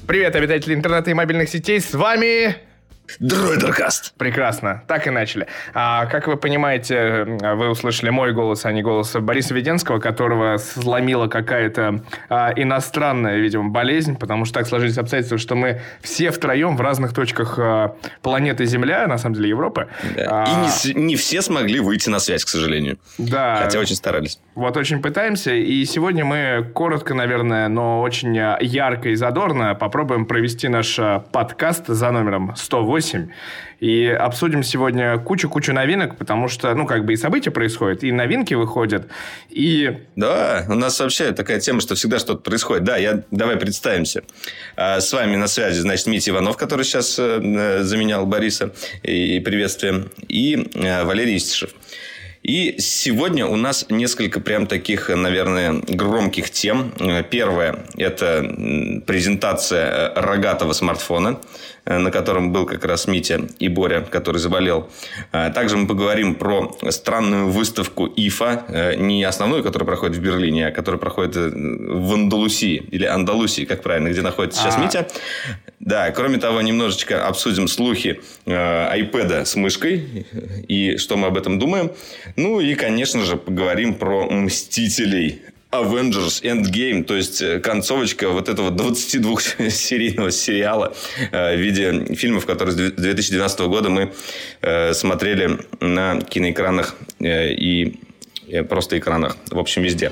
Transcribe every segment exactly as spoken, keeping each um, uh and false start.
Привет, обитатели интернета и мобильных сетей, с вами... Дроидеркаст. Прекрасно, так и начали. А, как вы понимаете, вы услышали мой голос, а не голос Бориса Веденского, которого сломила какая-то а, иностранная, видимо, болезнь, потому что так сложились обстоятельства, что мы все втроем в разных точках а, планеты Земля, на самом деле Европы. Да. А... И не, не все смогли выйти на связь, к сожалению. Да. Хотя очень старались. Вот очень пытаемся, и сегодня мы коротко, наверное, но очень ярко и задорно попробуем провести наш подкаст за номером сто восемь. И обсудим сегодня кучу-кучу новинок, потому что, ну, как бы и события происходят, и новинки выходят, и... Да, у нас вообще такая тема, что всегда что-то происходит. Да, я... давай представимся. С вами на связи, значит, Митя Иванов, который сейчас заменял Бориса, и приветствие, и Валерий Истишев. И сегодня у нас несколько прям таких, наверное, громких тем. Первое – это презентация рогатого смартфона, на котором был как раз Митя и Боря, который заболел. Также мы поговорим про странную выставку ИФА, не основную, которая проходит в Берлине, а которая проходит в Андалусии, или Андалусии, как правильно, где находится сейчас А-а-а. Митя. Да, кроме того, немножечко обсудим слухи iPad с мышкой и что мы об этом думаем. Ну и, конечно же, поговорим про Мстителей. Avengers Endgame, то есть концовочка вот этого двадцатидвухсерийного сериала в виде фильмов, которые с две тысячи двенадцатого года мы смотрели на киноэкранах и просто экранах. В общем, везде.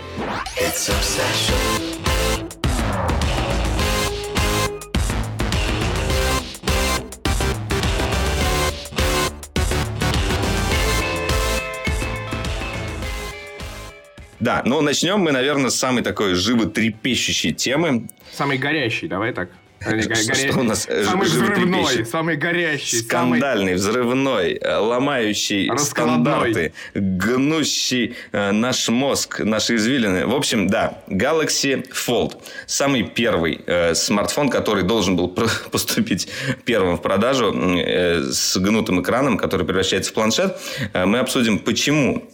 Да, но начнем мы, наверное, с самой такой животрепещущей темы. Самой горящей, давай так. Что, что у нас самый взрывной, самый горящий. Скандальный, самый... взрывной, ломающий стандарты, гнущий э, наш мозг, наши извилины. В общем, да, Galaxy Fold. Самый первый э, смартфон, который должен был поступить первым в продажу э, с гнутым экраном, который превращается в планшет. Э, мы обсудим, почему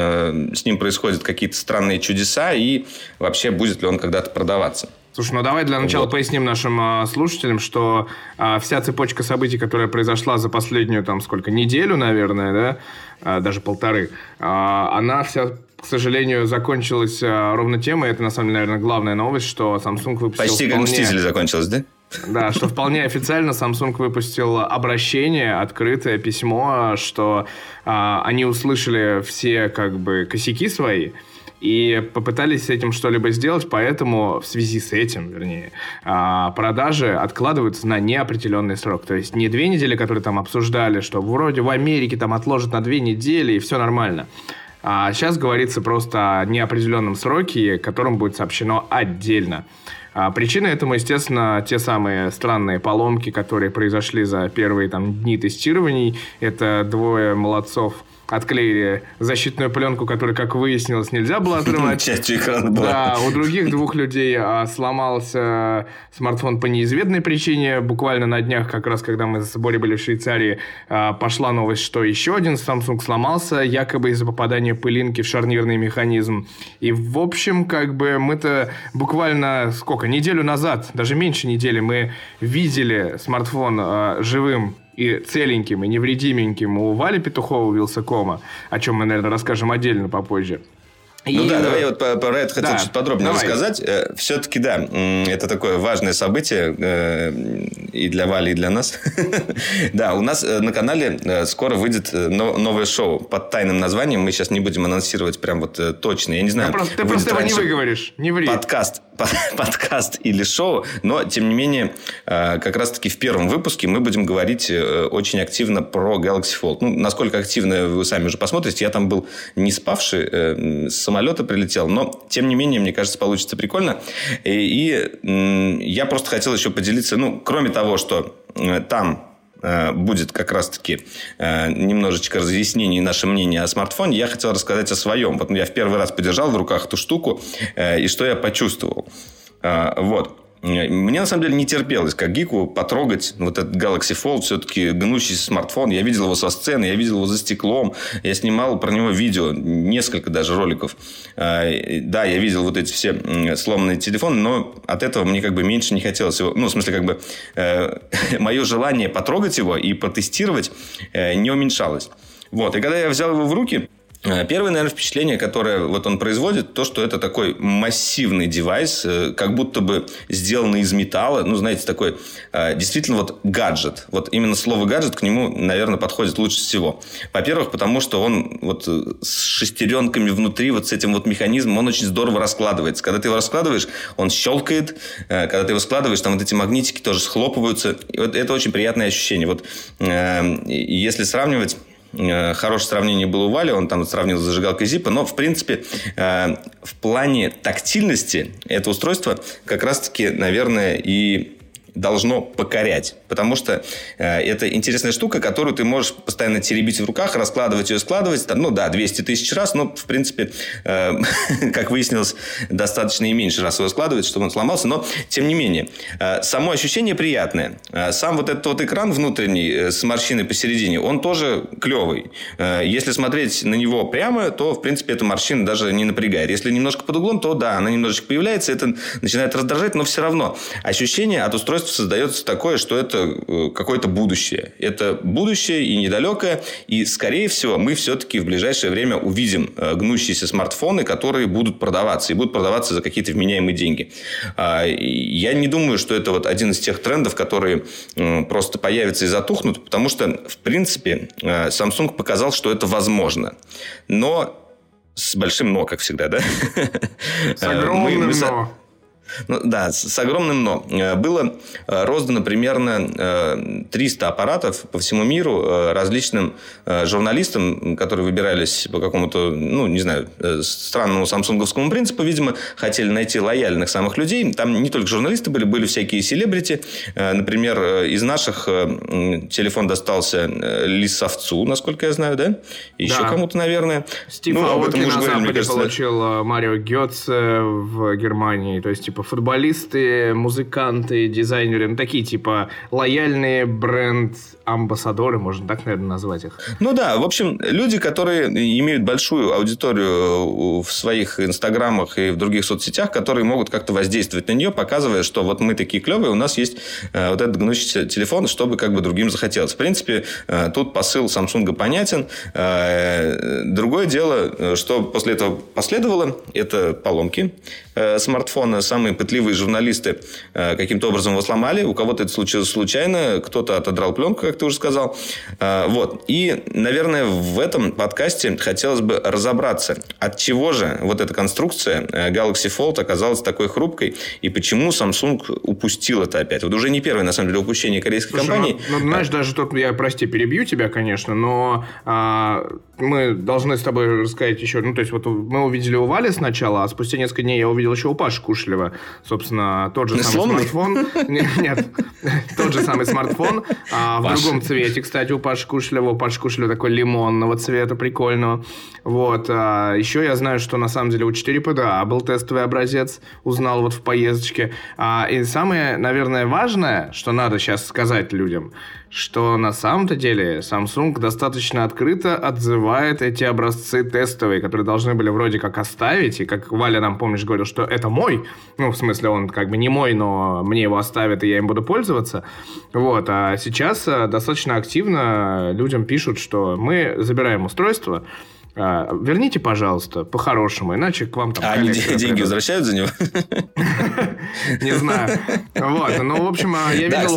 с ним происходят какие-то странные чудеса и вообще будет ли он когда-то продаваться. Слушай, ну давай для начала вот. поясним нашим а, слушателям, что а, вся цепочка событий, которая произошла за последнюю, там, сколько, неделю, наверное, да, а, даже полторы, а, она вся, к сожалению, закончилась а, ровно тем, и это, на самом деле, наверное, главная новость, что Samsung выпустил... Почти вполне... как «Мстители» закончилась, да? Да, что вполне официально Samsung выпустил обращение, открытое письмо, что а, они услышали все как бы косяки свои и попытались с этим что-либо сделать, поэтому в связи с этим, вернее, а, продажи откладываются на неопределенный срок. То есть не две недели, которые там обсуждали, что вроде в Америке там отложат на две недели и все нормально. А сейчас говорится просто о неопределенном сроке, которым будет сообщено отдельно. А причина этому, естественно, те самые странные поломки, которые произошли за первые там, дни тестирований. Это двое молодцов отклеили защитную пленку, которую, как выяснилось, нельзя было отрывать. Частью экрана была. Да, у других двух людей а, сломался смартфон по неизвестной причине. Буквально на днях, как раз когда мы с Борей были в Швейцарии, а, пошла новость, что еще один Samsung сломался, якобы из-за попадания пылинки в шарнирный механизм. И, в общем, как бы мы-то буквально, сколько, неделю назад, даже меньше недели, мы видели смартфон а, живым и целеньким, и невредименьким у Вали Петухова Вилсакома, о чем мы, наверное, расскажем отдельно попозже. Ну и... да, давай я вот про это хотел да, чуть подробнее давай. рассказать. Все-таки, да, это такое важное событие и для Вали, и для нас. Да, у нас на канале скоро выйдет новое шоу под тайным названием. Мы сейчас не будем анонсировать прям вот точно. Я не знаю. Ты просто его не выговоришь, не ври. Подкаст, подкаст или шоу. Но, тем не менее, как раз-таки в первом выпуске мы будем говорить очень активно про Galaxy Fold. Ну, насколько активно вы сами уже посмотрите. Я там был не спавший, с самолета прилетел, но, тем не менее, мне кажется, получится прикольно. И, и м, я просто хотел еще поделиться, ну, кроме того, что э, там э, будет как раз-таки э, немножечко разъяснений и наше мнение о смартфоне, я хотел рассказать о своем. Вот я в первый раз подержал в руках эту штуку, э, и что я почувствовал. Э, вот. мне, на самом деле, не терпелось, как гику, потрогать вот этот Galaxy Fold, все-таки гнущийся смартфон. Я видел его со сцены, я видел его за стеклом. Я снимал про него видео, несколько даже роликов. Да, я видел вот эти все сломанные телефоны, но от этого мне как бы меньше не хотелось его... Ну, в смысле, как бы мое желание потрогать его и потестировать не уменьшалось. Вот. И когда я взял его в руки... Первое, наверное, впечатление, которое вот он производит, то, что это такой массивный девайс, как будто бы сделанный из металла. Ну, знаете, такой действительно вот гаджет. Вот именно слово гаджет к нему, наверное, подходит лучше всего. Во-первых, потому что он вот с шестеренками внутри, вот с этим вот механизмом, он очень здорово раскладывается. Когда ты его раскладываешь, он щелкает. Когда ты его складываешь, там вот эти магнитики тоже схлопываются. И вот это очень приятное ощущение. Вот если сравнивать... Хорошее сравнение было у Вали, он там сравнил с зажигалкой Zippo, но, в принципе, в плане тактильности это устройство как раз-таки, наверное, и должно покорять. Потому что э, это интересная штука, которую ты можешь постоянно теребить в руках, раскладывать ее, складывать. Там, ну да, двести тысяч раз, но, в принципе, э, как выяснилось, достаточно и меньше раз его складывать, чтобы он сломался. Но, тем не менее, э, само ощущение приятное. Э, сам вот этот вот экран внутренний э, с морщиной посередине, он тоже клевый. Э, если смотреть на него прямо, то, в принципе, эта морщина даже не напрягает. Если немножко под углом, то да, она немножечко появляется, это начинает раздражать, но все равно ощущение от устройства создается такое, что это какое-то будущее. Это будущее и недалекое. И, скорее всего, мы все-таки в ближайшее время увидим гнущиеся смартфоны, которые будут продаваться. И будут продаваться за какие-то вменяемые деньги. Я не думаю, что это вот один из тех трендов, которые просто появятся и затухнут. Потому что, в принципе, Samsung показал, что это возможно. Но с большим «но», как всегда, да? С огромным мы, мы... «но». Ну, да, с, с огромным «но». Было роздано примерно триста аппаратов по всему миру различным журналистам, которые выбирались по какому-то, ну, не знаю, странному самсунговскому принципу. Видимо, хотели найти лояльных самых людей. Там не только журналисты были, были всякие селебрити. Например, из наших телефон достался Лисовцу, насколько я знаю, да? Еще да. Кому-то, наверное. Стив ну, Аоки на говорили, Западе кажется, получил Марио Гетце в Германии. То есть, типа, футболисты, музыканты, дизайнеры, ну, такие, типа, лояльные бренд-амбассадоры, можно так, наверное, назвать их. Ну, да, в общем, люди, которые имеют большую аудиторию в своих инстаграмах и в других соцсетях, которые могут как-то воздействовать на нее, показывая, что вот мы такие клевые, у нас есть вот этот гнущийся телефон, чтобы как бы другим захотелось. В принципе, тут посыл Samsung понятен. Другое дело, что после этого последовало, это поломки смартфона. Самые пытливые журналисты каким-то образом его сломали. У кого-то это случилось случайно, кто-то отодрал пленку, как ты уже сказал. Вот. И, наверное, в этом подкасте хотелось бы разобраться, от чего же вот эта конструкция Galaxy Fold оказалась такой хрупкой, и почему Samsung упустил это опять. Вот уже не первое, на самом деле, упущение корейской Слушай, компании. Ну, ну, знаешь, даже тут, я, прости, перебью тебя, конечно, но а, мы должны с тобой рассказать еще, ну, то есть, вот мы увидели у Вали сначала, а спустя несколько дней я увидел еще у Паши Кушелева, собственно, тот же самый Сломанный? смартфон. Нет, тот же самый смартфон, а в другом цвете, кстати, у Паши Кушелева. У Паши Кушелева такой лимонного цвета, прикольного. Вот. А еще я знаю, что на самом деле у четыре пэ дэ а был тестовый образец, узнал вот в поездочке. А, и самое, наверное, важное, что надо сейчас сказать людям, что на самом-то деле Samsung достаточно открыто отзывает эти образцы тестовые, которые должны были вроде как оставить. И как Валя нам, помнишь, говорил, что это мой. Ну, в смысле, он как бы не мой, но мне его оставят, и я им буду пользоваться. Вот. А сейчас достаточно активно людям пишут, что мы забираем устройство. Верните, пожалуйста, по-хорошему, иначе к вам там... А они деньги возвращают за него? Не знаю. Вот. Ну, в общем, я видел...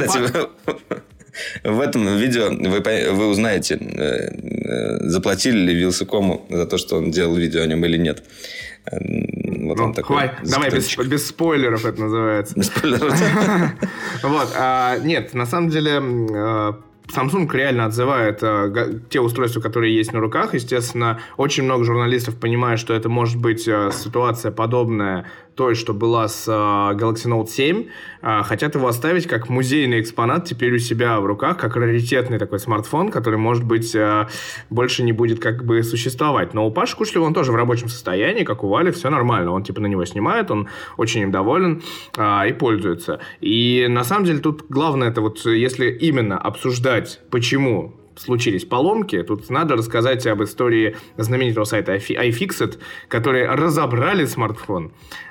В этом видео вы, вы узнаете, заплатили ли Вилсакому за то, что он делал видео о нем или нет. Вот ну, он такой. Хватит. Давай без, без спойлеров это называется. Без спойлеров. Вот. Нет, на самом деле... Samsung реально отзывает э, те устройства, которые есть на руках. Естественно, очень много журналистов понимают, что это может быть э, ситуация подобная той, что была с э, Galaxy Note семь. Э, хотят его оставить как музейный экспонат теперь у себя в руках, как раритетный такой смартфон, который, может быть, э, больше не будет как бы существовать. Но у Паши Кучлева он тоже в рабочем состоянии, как у Вали, все нормально. Он типа на него снимает, он очень им доволен э, и пользуется. И на самом деле тут главное, это вот если именно обсуждать, почему случились поломки, тут надо рассказать об истории знаменитого сайта iFixit, которые разобрали смартфон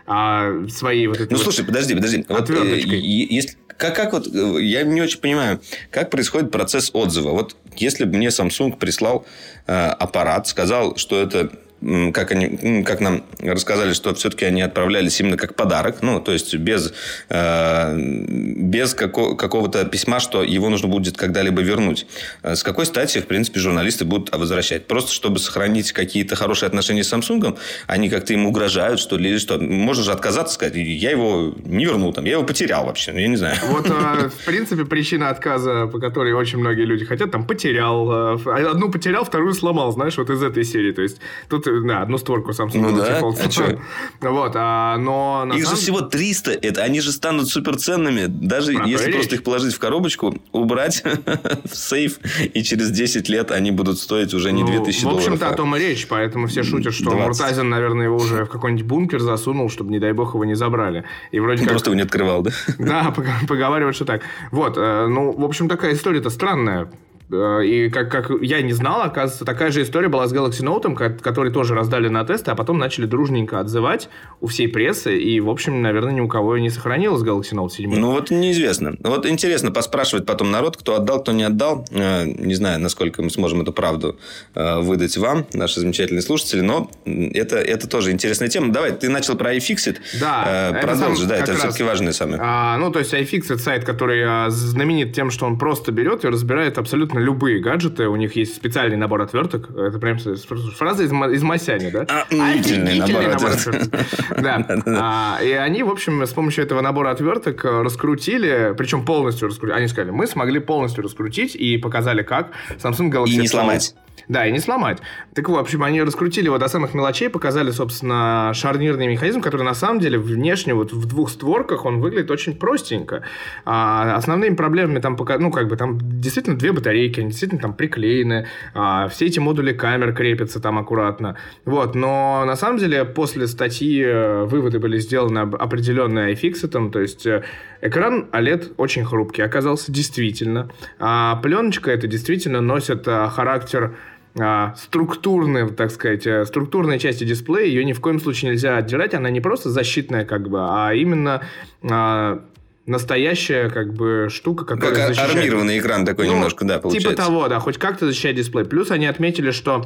а, своей вот этой Ну, вот слушай, подожди, подожди. Вот, э, если, как, как вот, я не очень понимаю, как происходит процесс отзыва. Вот если бы мне Samsung прислал э, аппарат, сказал, что это... Как, они, как нам рассказали, что все-таки они отправлялись именно как подарок, ну, то есть без, э, без како, какого-то письма, что его нужно будет когда-либо вернуть. С какой стати, в принципе, журналисты будут возвращать? Просто чтобы сохранить какие-то хорошие отношения с Samsung, они как-то им угрожают, что ли, или что? Можно же отказаться, сказать, я его не вернул, там, я его потерял вообще, я не знаю. Вот, в принципе, причина отказа, по которой очень многие люди хотят, там, потерял, одну потерял, вторую сломал, знаешь, вот из этой серии, то есть тут да, одну створку Samsung ну, да? Fold. А вот, а, но их самом... же всего триста, это, они же станут суперценными, даже Про если просто речь. Их положить в коробочку, убрать в сейф, и через десять лет они будут стоить уже не две тысячи долларов. В общем-то, о том и речь, поэтому все шутят, что Муртазин, наверное, его уже в какой-нибудь бункер засунул, чтобы, не дай бог, его не забрали. И вроде как... Просто его не открывал, да? Да, поговаривают, что так. Вот, ну, в общем, такая история-то странная. И как, как я не знал, оказывается, такая же история была с Galaxy Note, который тоже раздали на тесты, а потом начали дружненько отзывать у всей прессы. И, в общем, наверное, ни у кого и не сохранилось Galaxy Note семь. Ну, вот неизвестно. Вот интересно поспрашивать потом народ, кто отдал, кто не отдал. Не знаю, насколько мы сможем эту правду выдать вам, наши замечательные слушатели, но это, это тоже интересная тема. Давай, ты начал про iFixit. Да. Продолжи, да, это раз, все-таки важное самое. А, ну, то есть iFixit сайт, который знаменит тем, что он просто берет и разбирает абсолютно любые гаджеты, у них есть специальный набор отверток. Это прям фраза из, из Масяни, да? Офигительный набор отверток. Да. И они, в общем, с помощью этого набора отверток раскрутили, причем полностью раскрутили. Они сказали, мы смогли полностью раскрутить и показали, как Samsung Galaxy И не сломать. Да, и не сломать. Так вот, в общем, они раскрутили его до самых мелочей, показали, собственно, шарнирный механизм, который на самом деле внешне вот в двух створках он выглядит очень простенько. А основными проблемами там, ну, как бы там действительно две батарейки, они действительно там приклеены, а, все эти модули камер крепятся там аккуратно. Вот, но на самом деле после статьи выводы были сделаны определенные iFixit, то есть экран о лед очень хрупкий оказался действительно, а пленочка это действительно носит а, характер А, структурные, так сказать, структурной части дисплея, ее ни в коем случае нельзя отдирать, она не просто защитная, как бы, а именно а, настоящая, как бы, штука, которая как защищает. Армированный экран такой ну, немножко, да, получается. Типа того, да, хоть как-то защищает дисплей. Плюс они отметили, что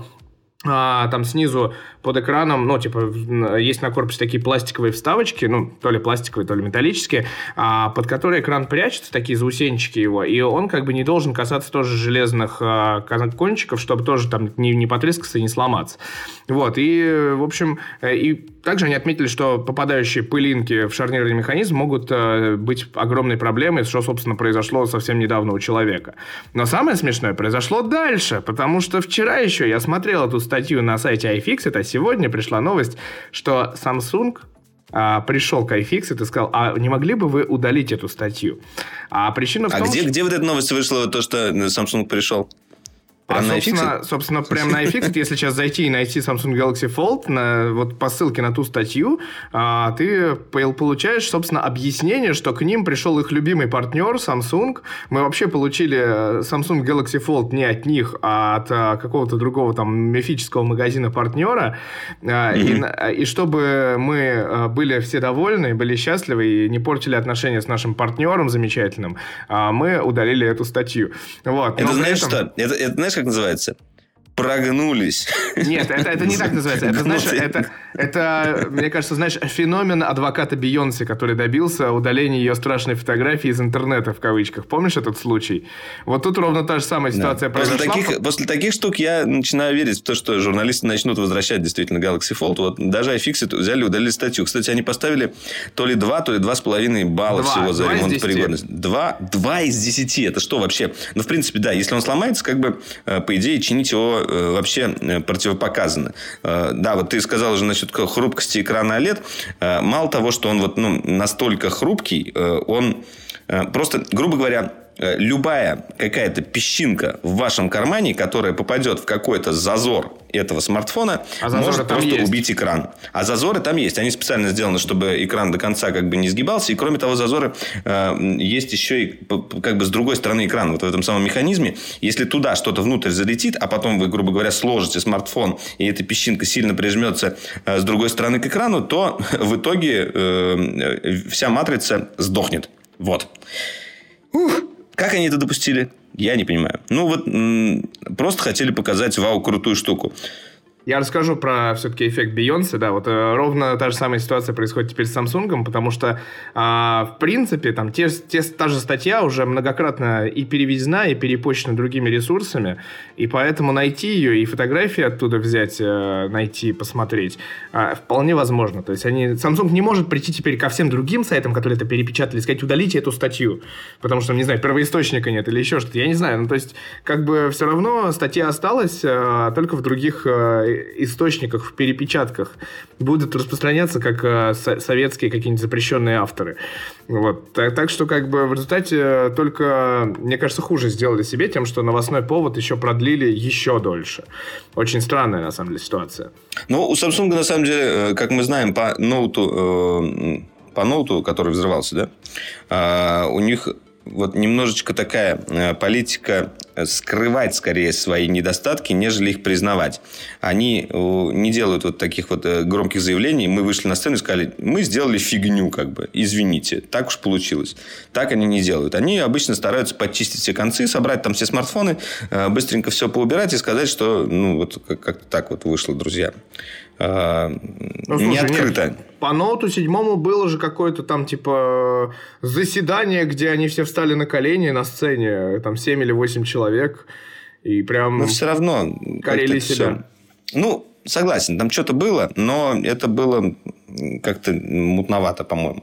а, там снизу под экраном, ну, типа, есть на корпусе такие пластиковые вставочки, ну, то ли пластиковые, то ли металлические, а, под которые экран прячется, такие заусенчики его, и он как бы не должен касаться тоже железных а, кончиков, чтобы тоже там не, не потрескаться и не сломаться. Вот, и, в общем, и также они отметили, что попадающие пылинки в шарнирный механизм могут а, быть огромной проблемой, что, собственно, произошло совсем недавно у человека. Но самое смешное произошло дальше, потому что вчера еще я смотрел эту статью на сайте iFixit, а сегодня пришла новость, что Samsung а, пришел к iFixit и сказал, а не могли бы вы удалить эту статью? А причина в а том, где, что... где вот эта новость вышла, то, что Samsung пришел? А, собственно, собственно, прямо на iFixit, если сейчас зайти и найти Samsung Galaxy Fold, на, вот по ссылке на ту статью, а, ты получаешь, собственно, объяснение, что к ним пришел их любимый партнер Samsung. Мы вообще получили Samsung Galaxy Fold не от них, а от а, какого-то другого там мифического магазина партнера. А, mm-hmm. и, и чтобы мы были все довольны, были счастливы и не портили отношения с нашим партнером замечательным, а, мы удалили эту статью. Вот. Это знаешь этом... что? Это, это знаешь, как называется? прогнулись. Нет, это, это не так называется. Это, знаешь, это, это, мне кажется, знаешь, феномен адвоката Бейонсе, который добился удаления ее страшной фотографии из интернета, в кавычках. Помнишь этот случай? Вот тут ровно та же самая ситуация да. произошла. После таких, после таких штук я начинаю верить в то, что журналисты начнут возвращать действительно Galaxy Fold. Вот даже iFixit взяли и удалили статью. Кстати, они поставили то ли два, то ли два с половиной балла два, всего за ремонтопригодность. Два, два из десяти. Это что вообще? Ну, в принципе, да. Если он сломается, как бы, по идее, чинить его вообще противопоказано. Да, вот ты сказал уже насчет хрупкости экрана о лед. Мало того, что он вот, ну, настолько хрупкий, он просто, грубо говоря, любая какая-то песчинка в вашем кармане, которая попадет в какой-то зазор этого смартфона, а может просто есть. убить экран. А зазоры там есть. Они специально сделаны, чтобы экран до конца как бы не сгибался. И кроме того, зазоры э, есть еще и как бы с другой стороны экрана. Вот в этом самом механизме. Если туда что-то внутрь залетит, а потом вы, грубо говоря, сложите смартфон, и эта песчинка сильно прижмется э, с другой стороны к экрану, то в итоге э, вся матрица сдохнет. Вот. Ух. Как они это допустили? Я не понимаю. Ну, вот м- просто хотели показать вау, крутую штуку. Я расскажу про все-таки эффект Бейонсе. Да, вот э, ровно та же самая ситуация происходит теперь с Samsung, потому что, э, в принципе, там те, те, та же статья уже многократно и переведена, и перепощена другими ресурсами, и поэтому найти ее и фотографии оттуда взять, э, найти, посмотреть, э, вполне возможно. То есть они, Samsung не может прийти теперь ко всем другим сайтам, которые это перепечатали, и сказать, удалите эту статью, потому что, не знаю, первоисточника нет или еще что-то. Я не знаю. Ну, то есть, как бы все равно статья осталась, э, только в других э, источниках, в перепечатках будут распространяться как э, со- советские какие-нибудь запрещенные авторы. Вот. Так, так что, как бы, в результате только, мне кажется, хуже сделали себе тем, что новостной повод еще продлили еще дольше. Очень странная, на самом деле, ситуация. Ну, у Samsung, на самом деле, как мы знаем, по ноуту, э, по ноуту, который взрывался, да, э, у них вот немножечко такая э, политика скрывать скорее свои недостатки, нежели их признавать. Они э, не делают вот таких вот э, громких заявлений. Мы вышли на сцену и сказали, мы сделали фигню, как бы, извините, так уж получилось. Так они не делают. Они обычно стараются подчистить все концы, собрать там все смартфоны, э, быстренько все поубирать и сказать, что ну вот как-то так вот вышло, друзья. Э, ну, слушай, не открыто. Нет. По ноуту седьмому было же какое-то там, типа, заседание, где они все встали на колени на сцене, там семь или восемь человек, и прям... Но все равно... Корили себя. Все... Ну, согласен, там что-то было, но это было как-то мутновато, по-моему.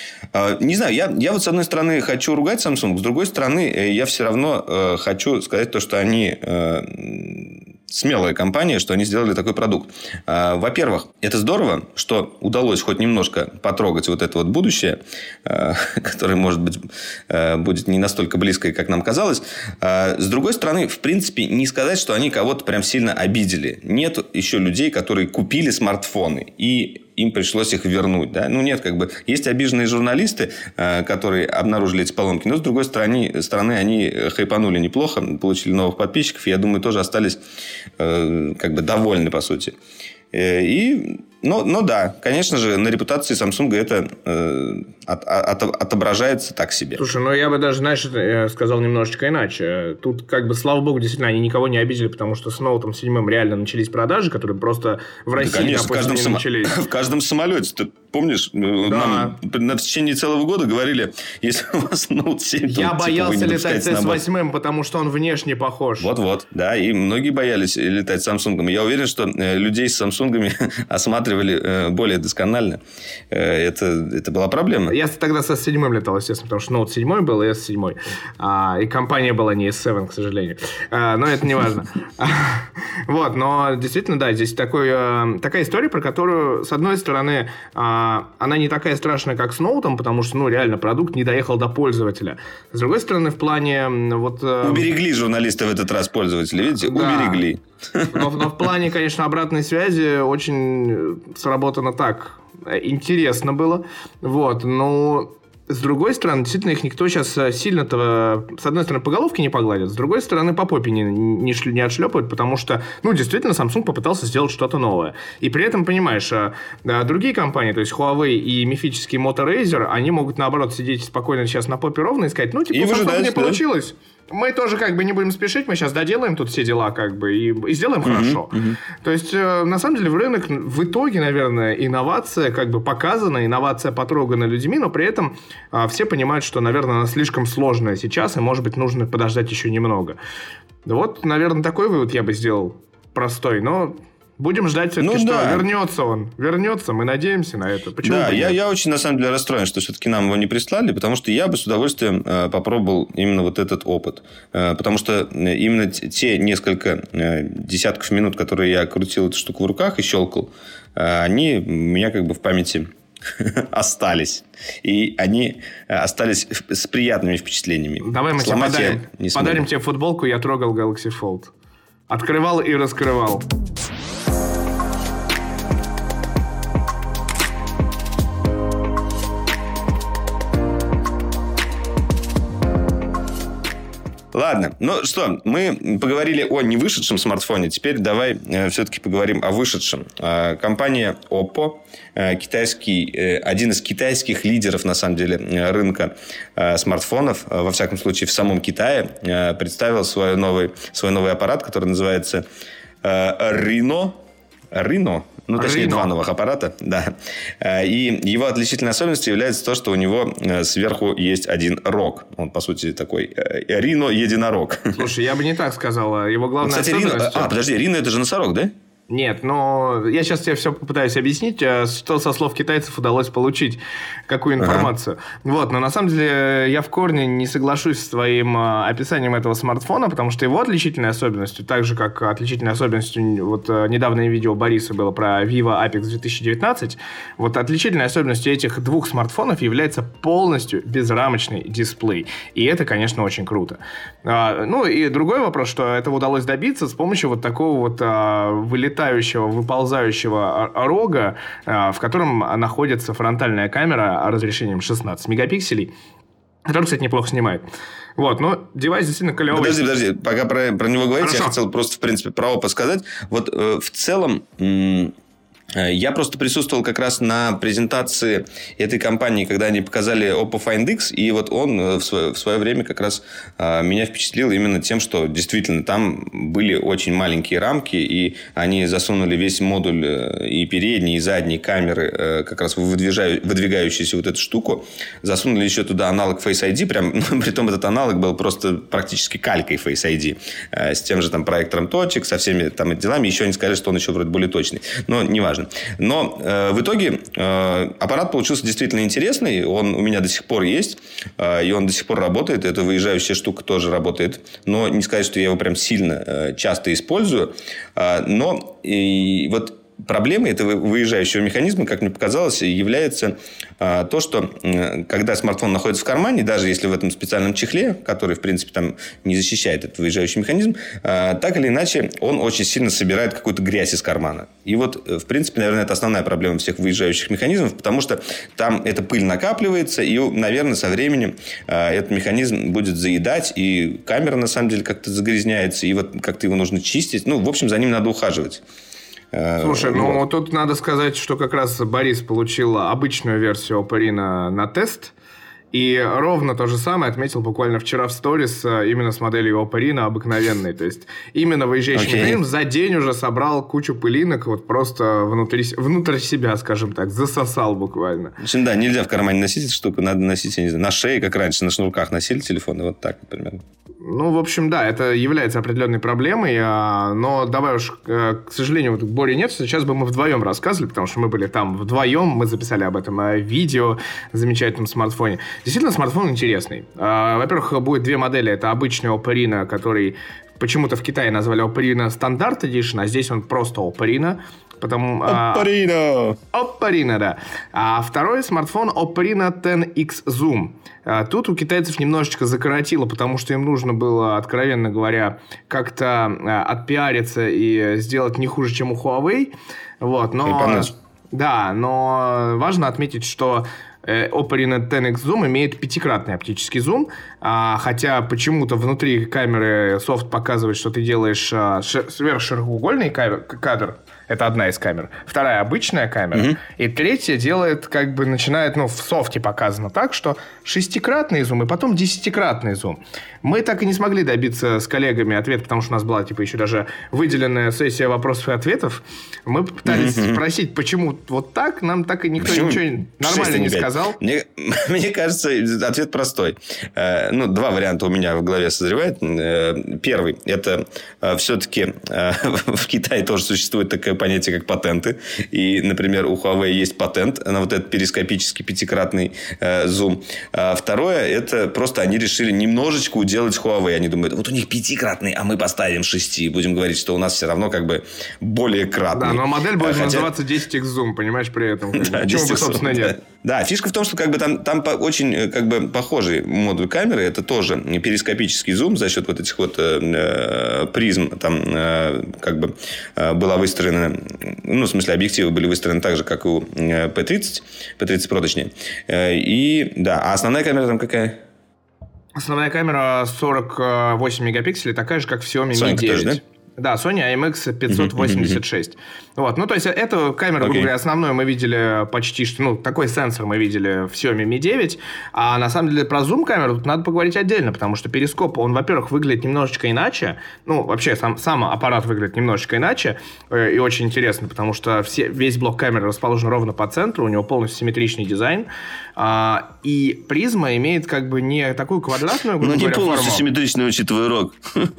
Не знаю, я, я вот с одной стороны хочу ругать Samsung, с другой стороны я все равно хочу сказать то, что они... смелая компания, что они сделали такой продукт. Во-первых, это здорово, что удалось хоть немножко потрогать вот это вот будущее, которое, может быть, будет не настолько близкое, как нам казалось. С другой стороны, в принципе, не сказать, что они кого-то прям сильно обидели. Нет еще людей, которые купили смартфоны и им пришлось их вернуть. Да? Ну, нет, как бы... Есть обиженные журналисты, которые обнаружили эти поломки, но, с другой стороны, стороны они хайпанули неплохо, получили новых подписчиков, и, я думаю, тоже остались как бы довольны, по сути. И... Но, но да, конечно же, на репутации Samsung это э, от, от, отображается так себе. Слушай, ну я бы даже, знаешь, сказал немножечко иначе. Тут, как бы, слава богу, действительно, они никого не обидели, потому что с ноутом седьмым реально начались продажи, которые просто в России, да, конечно, допустим, в каждом не начались. В каждом самолете, ты помнишь, да. Нам на течение целого года говорили, если у вас ноут семь, то я типа, боялся летать с эс восемь, потому что он внешне похож. Вот-вот, да, и многие боялись летать с Samsung. Я уверен, что людей с Samsung осматривали более досконально. Это, это была проблема. Я тогда с эс семь летал, естественно, потому что ноут семь был и эс семь. А, и компания была не эс семь, к сожалению. А, но это не важно. Вот, но действительно, да, здесь такой, такая история, про которую, с одной стороны, она не такая страшная, как с ноутом, потому что, ну, реально, продукт не доехал до пользователя. С другой стороны, в плане... вот уберегли журналисты в этот раз пользователей, видите? Да. Уберегли. Но, но в плане, конечно, обратной связи очень сработано так. Интересно было. Вот. Но с другой стороны, действительно, их никто сейчас сильно-то, с одной стороны, по головке не погладит, с другой стороны, по попе не, не, не отшлепают, потому что, ну, действительно, Samsung попытался сделать что-то новое. И при этом, понимаешь, другие компании, то есть Huawei и мифический Moto Razr, они могут, наоборот, сидеть спокойно сейчас на попе ровно и сказать, ну, типа, и у Samsung не да? получилось. мы тоже как бы не будем спешить, мы сейчас доделаем тут все дела как бы и, и сделаем uh-huh, хорошо. Uh-huh. То есть, э, на самом деле, в рынок в итоге, наверное, инновация как бы показана, инновация потрогана людьми, но при этом э, все понимают, что, наверное, она слишком сложная сейчас, и, может быть, нужно подождать еще немного. Вот, наверное, такой вывод я бы сделал простой, но... Будем ждать все-таки, ну, что да. вернется он. Вернется, мы надеемся на это. Почему да, я, я очень, на самом деле, расстроен, что все-таки нам его не прислали, потому что я бы с удовольствием э, попробовал именно вот этот опыт. Э, потому что именно те несколько э, десятков минут, которые я крутил эту штуку в руках и щелкал, э, они у меня как бы в памяти остались. И они остались с приятными впечатлениями. Давай мы тебе подарим, подарим тебе футболку «Я трогал Galaxy Fold». Открывал и раскрывал. Ладно, ну что, мы поговорили о невышедшем смартфоне, теперь давай э, все-таки поговорим о вышедшем. Э, компания Oppo, э, китайский, э, один из китайских лидеров, на самом деле, рынка э, смартфонов, э, во всяком случае в самом Китае, э, представил свой новый, свой новый аппарат, который называется э, Reno. Reno. Ну, точнее, Reno. Два новых аппарата, да. И его отличительной особенностью является то, что у него сверху есть один рог. Он, по сути, такой Reno единорог. Слушай, я бы не так сказал. Его главная Кстати, особенность... Reno... А, подожди, Reno это же носорог, да? Нет, но я сейчас тебе все попытаюсь объяснить, что со слов китайцев удалось получить, какую информацию. Ага. Вот, но на самом деле я в корне не соглашусь с твоим описанием этого смартфона, потому что его отличительной особенностью, так же как отличительной особенностью, вот недавнее видео Бориса было про Vivo Apex две тысячи девятнадцать, вот отличительной особенностью этих двух смартфонов является полностью безрамочный дисплей. И это, конечно, очень круто. А, ну и другой вопрос, что этого удалось добиться с помощью вот такого вот а, вылетающего летающего, выползающего рога, в котором находится фронтальная камера разрешением шестнадцать мегапикселей, который, кстати, неплохо снимает. Вот, но девайс действительно клевый. Подожди, подожди, пока про, про него говорить, Хорошо. Я хотел просто, в принципе, про Oppo сказать. Вот э, в целом... М- Я просто присутствовал как раз на презентации этой компании, когда они показали Oppo Find X, и вот он в свое, в свое время как раз а, меня впечатлил именно тем, что действительно там были очень маленькие рамки, и они засунули весь модуль и передней, и задней камеры, как раз выдвигающуюся вот эту штуку, засунули еще туда аналог Face ай ди, прям, ну, притом этот аналог был просто практически калькой Face ай ди, с тем же там проектором точек, со всеми там делами, еще они сказали, что он еще вроде более точный, но неважно. Но э, в итоге э, аппарат получился действительно интересный. Он у меня до сих пор есть. Э, и он до сих пор работает. Эта выезжающая штука тоже работает. Но не сказать, что я его прям сильно э, часто использую. Э, но и вот... Проблемой этого выезжающего механизма, как мне показалось, является а, то, что а, когда смартфон находится в кармане, даже если в этом специальном чехле, который, в принципе, там не защищает этот выезжающий механизм, а, так или иначе он очень сильно собирает какую-то грязь из кармана. И вот, в принципе, наверное, это основная проблема всех выезжающих механизмов, потому что там эта пыль накапливается, и, наверное, со временем а, этот механизм будет заедать, и камера, на самом деле, как-то загрязняется, и вот как-то его нужно чистить. Ну, в общем, за ним надо ухаживать. Слушай, ну вот. Тут надо сказать, что как раз Борис получил обычную версию Oppo Reno на тест. И ровно то же самое отметил буквально вчера в сторис именно с моделью Oppo Reno обыкновенной. То есть, именно выезжающий okay. механизм за день уже собрал кучу пылинок, вот просто внутри, внутрь себя, скажем так, засосал буквально. В общем, да, нельзя в кармане носить эту штуку, надо носить, я не знаю, на шее, как раньше, на шнурках носили телефоны, вот так, например. Ну, в общем, да, это является определенной проблемой, но давай уж, к сожалению, вот Бори нет, сейчас бы мы вдвоем рассказывали, потому что мы были там вдвоем, мы записали об этом видео в замечательном смартфоне. Действительно, смартфон интересный. Во-первых, будет две модели, это обычный Oppo Reno, который почему-то в Китае назвали Oppo Reno Standard Edition, а здесь он просто Oppo Reno. Потом, Oppo Reno! Oppo Reno, да. А второй смартфон Oppo Reno десять икс Zoom. А тут у китайцев немножечко закоротило, потому что им нужно было, откровенно говоря, как-то отпиариться и сделать не хуже, чем у Huawei. Вот, но... Да, но важно отметить, что Oppo Reno десять икс Zoom имеет пятикратный оптический зум, а, хотя почему-то внутри камеры софт показывает, что ты делаешь а, ш- сверхширокоугольный кадр. Это одна из камер. Вторая обычная камера. Mm-hmm. И третья делает, как бы начинает, ну, в софте показано так, что шестикратный зум и потом десятикратный зум. Мы так и не смогли добиться с коллегами ответа, потому что у нас была, типа, еще даже выделенная сессия вопросов и ответов. Мы попытались mm-hmm. спросить, почему вот так, нам так и никто почему? Ничего нормально не сказал. Мне, мне кажется, ответ простой. Э, ну, два варианта у меня в голове созревает. Э, первый, это э, все-таки э, в Китае тоже существует такая понятие, как патенты. И, например, у Huawei есть патент на вот этот перископический пятикратный э, зум. А второе, это просто они решили немножечко уделать Huawei. Они думают, вот у них пятикратный, а мы поставим шести. Будем говорить, что у нас все равно как бы более кратный. Да, но модель будет Хотя... называться десять икс Zoom, понимаешь, при этом. Да, чего бы, собственно, нет. Да. да, фишка в том, что как бы там, там по, очень как бы похожий модуль камеры. Это тоже перископический зум за счет вот этих вот э, призм. Там э, как бы э, была выстроена, ну, в смысле, объективы были выстроены так же, как и у пи тридцать, пи тридцать Pro, точнее. И, да, а основная камера там какая? Основная камера сорок восемь мегапикселей, такая же, как в Xiaomi Sony Mi девять. Тоже, да? Да, Sony ай эм икс пятьсот восемьдесят шесть. Вот, ну, то есть, эту камеру, грубо говоря, основную мы видели почти что... Ну, такой сенсор мы видели в Xiaomi Mi девять. А на самом деле про зум-камеру тут надо поговорить отдельно, потому что перископ, он, во-первых, выглядит немножечко иначе. Ну, вообще, сам, сам аппарат выглядит немножечко иначе. И очень интересно, потому что все, весь блок камеры расположен ровно по центру. У него полностью симметричный дизайн. А, и призма имеет как бы не такую квадратную, грубо говоря, форму. Ну, не полностью форму. симметричную, учитывая рог.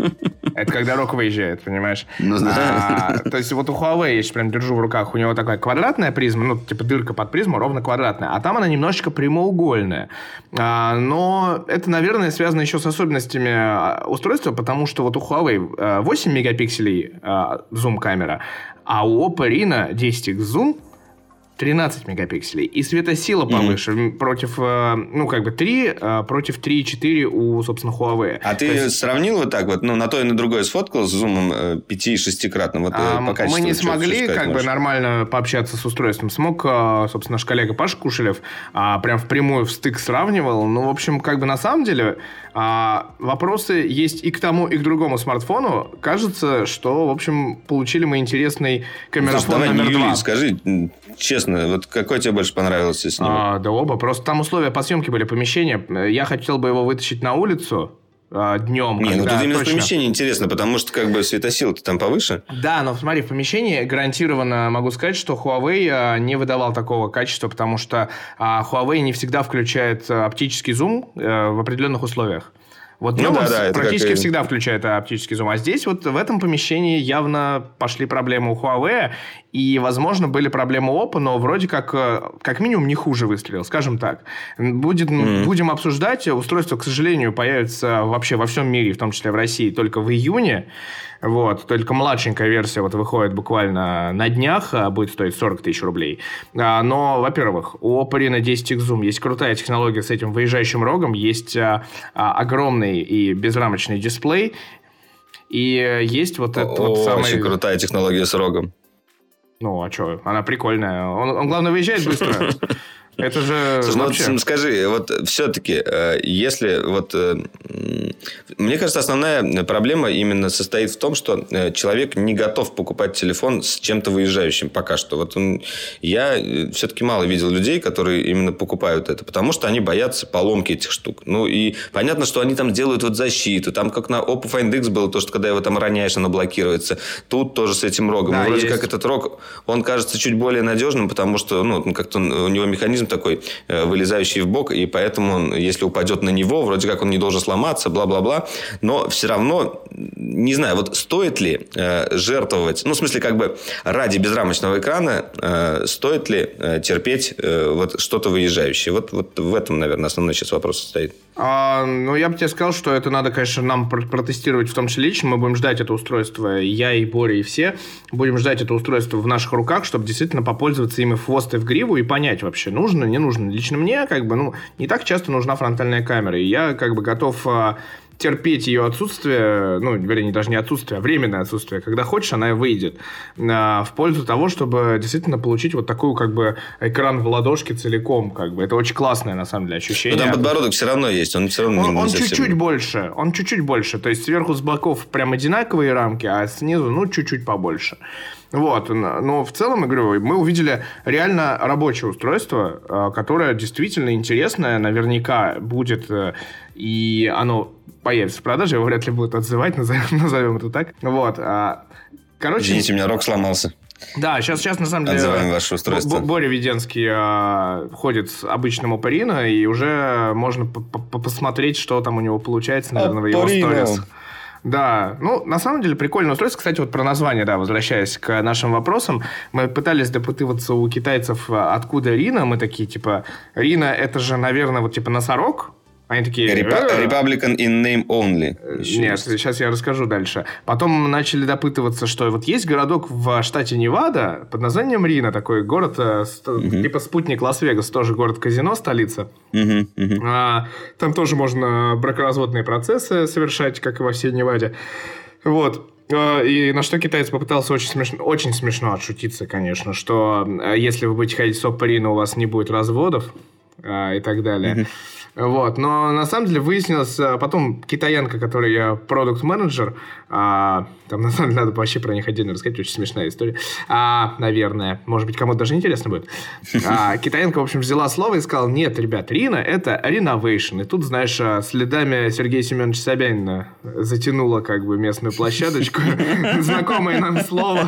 Это когда рог выезжает, понимаешь? Ну, да. А, то есть, вот у Huawei, я сейчас прям держу в руках, у него такая квадратная призма, ну, типа дырка под призму, ровно квадратная, а там она немножечко прямоугольная. А, но это, наверное, связано еще с особенностями устройства, потому что вот у Huawei восемь мегапикселей а, зум-камера, а у Oppo Reno десять икс Zoom тринадцать мегапикселей. И светосила повыше. Mm-hmm. Против, ну, как бы три, против три и четыре у, собственно, Huawei. А ты есть... сравнил вот так вот, ну, на то и на другое сфоткал с зумом пяти- и шестикратным? Вот, а, мы не смогли, как можешь? бы, нормально пообщаться с устройством. Смог, собственно, наш коллега Паша Кушелев а, прям впрямую в стык сравнивал. Ну, в общем, как бы, на самом деле, а, вопросы есть и к тому, и к другому смартфону. Кажется, что, в общем, получили мы интересный камерафон ну, номер два. Скажи... Честно, вот какой тебе больше понравился с ним? А, да оба. Просто там условия по съемке были, помещения. Я хотел бы его вытащить на улицу а, днем. Не, ну тут именно точно... в помещении интересно, потому что как бы светосила-то там повыше. Да, но смотри, в помещении гарантированно могу сказать, что Huawei а, не выдавал такого качества, потому что а, Huawei не всегда включает оптический зум а, в определенных условиях. Вот днем ну, да, да, практически как... всегда включает оптический зум. А здесь вот в этом помещении явно пошли проблемы у Huawei. И, возможно, были проблемы у Oppo, но вроде как, как минимум, не хуже выстрелил, скажем так. Будет, mm-hmm. Будем обсуждать. Устройство, к сожалению, появится вообще во всем мире, в том числе в России, только в июне. Вот, только младшенькая версия вот выходит буквально на днях, будет стоить сорок тысяч рублей. Но, во-первых, у Oppo Reno десять икс Zoom есть крутая технология с этим выезжающим рогом, есть огромный и безрамочный дисплей, и есть вот этот вот самый... Очень крутая технология с рогом. Ну, а что, она прикольная. Он, он главное, выезжает быстро. Это же Слушай, вообще... ну, скажи, вот все-таки, если вот... Мне кажется, основная проблема именно состоит в том, что человек не готов покупать телефон с чем-то выезжающим пока что. Вот он... Я все-таки мало видел людей, которые именно покупают это, потому что они боятся поломки этих штук. Ну, и понятно, что они там делают вот защиту. Там, как на Oppo Find X было, то, что когда его там роняешь, оно блокируется. Тут тоже с этим рогом. Да, вроде есть. Как этот рог, он кажется чуть более надежным, потому что, ну, как-то у него механизм такой, вылезающий в бок, и поэтому он, если упадет на него, вроде как он не должен сломаться, бла-бла-бла. Но все равно, не знаю, вот стоит ли э, жертвовать, ну, в смысле, как бы ради безрамочного экрана, э, стоит ли э, терпеть э, вот что-то выезжающее? Вот, вот в этом, наверное, основной сейчас вопрос состоит. А, ну, я бы тебе сказал, что это надо, конечно, нам протестировать, в том числе лично. Мы будем ждать это устройство, и я, и Боря, и все будем ждать это устройство в наших руках, чтобы действительно попользоваться им и в хвост, и в гриву, и понять вообще, нужно, не нужно. Лично мне, как бы, ну, не так часто нужна фронтальная камера, и я, как бы, готов а, терпеть ее отсутствие, ну, вернее, даже не отсутствие, а временное отсутствие. Когда хочешь, она и выйдет. В пользу того, чтобы действительно получить вот такую, как бы, экран в ладошке целиком, как бы. Это очень классное, на самом деле, ощущение. Но там подбородок все равно есть, он все равно он, не, не он совсем... чуть-чуть больше, он чуть-чуть больше. То есть, сверху с боков прям одинаковые рамки, а снизу, ну, чуть-чуть побольше. Вот, но в целом, я говорю, мы увидели реально рабочее устройство, которое действительно интересное, наверняка будет, и оно появится в продаже, его вряд ли будут отзывать, назовем, назовем это так. Вот, короче... Извините, у меня рог сломался. Да, сейчас, сейчас на самом деле Отзываем ваше устройство. Боря Веденский а, ходит с обычным Oppo, и уже можно посмотреть, что там у него получается, наверное, в его сторис. Да, ну, на самом деле, прикольное устройство. Кстати, вот про название, да, возвращаясь к нашим вопросам. Мы пытались допытываться у китайцев, откуда Rhino. Мы такие, типа, Rhino, это же, наверное, вот, типа, носорог. Они такие... Republican in name only. Нет, сейчас я расскажу дальше. Потом начали допытываться, что вот есть городок в штате Невада под названием Рино, такой город, uh-huh. типа спутник Лас-Вегас, тоже город-казино, столица. Uh-huh. Uh-huh. А, там тоже можно бракоразводные процессы совершать, как и во всей Неваде. Вот. И на что китаец попытался очень смешно, очень смешно отшутиться, конечно, что если вы будете ходить с Oppo Reno, у вас не будет разводов и так далее. Uh-huh. Вот, но на самом деле выяснилось, потом китаянка, которая я продукт-менеджер, а, там на самом деле надо вообще про них отдельно рассказать, очень смешная история, а, наверное, может быть, кому-то даже интересно будет. А, китаянка, в общем, взяла слово и сказала: нет, ребят, Rhino – это renovation. И тут, знаешь, следами Сергея Семеновича Собянина затянула как бы местную площадочку, знакомое нам слово.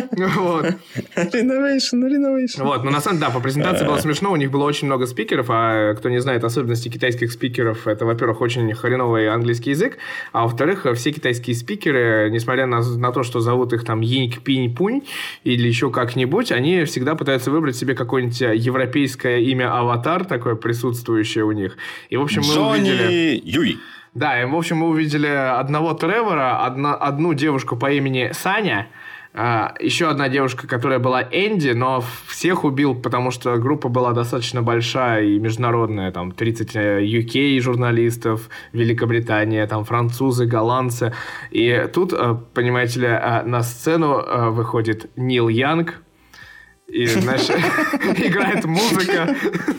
Renovation, renovation. Вот, но на самом деле, да, по презентации было смешно, у них было очень много спикеров, а кто не знает особенности китайских спикеров, это, во-первых, очень хреновый английский язык, а во-вторых, все китайские спикеры, несмотря на, на то, что зовут их там Йинь, Пинь, Пунь или еще как-нибудь, они всегда пытаются выбрать себе какое-нибудь европейское имя-аватар такое присутствующее у них. И, в общем, мы Джонни увидели... Юй. Да, и, в общем, мы увидели одного Тревора, одна, одну девушку по имени Саня, Uh, еще одна девушка, которая была Энди, но всех убил, потому что группа была достаточно большая и международная, там тридцать ю кей журналистов, Великобритания, там французы, голландцы. И тут, понимаете ли, на сцену выходит Нил Янг, и, знаешь, играет музыка.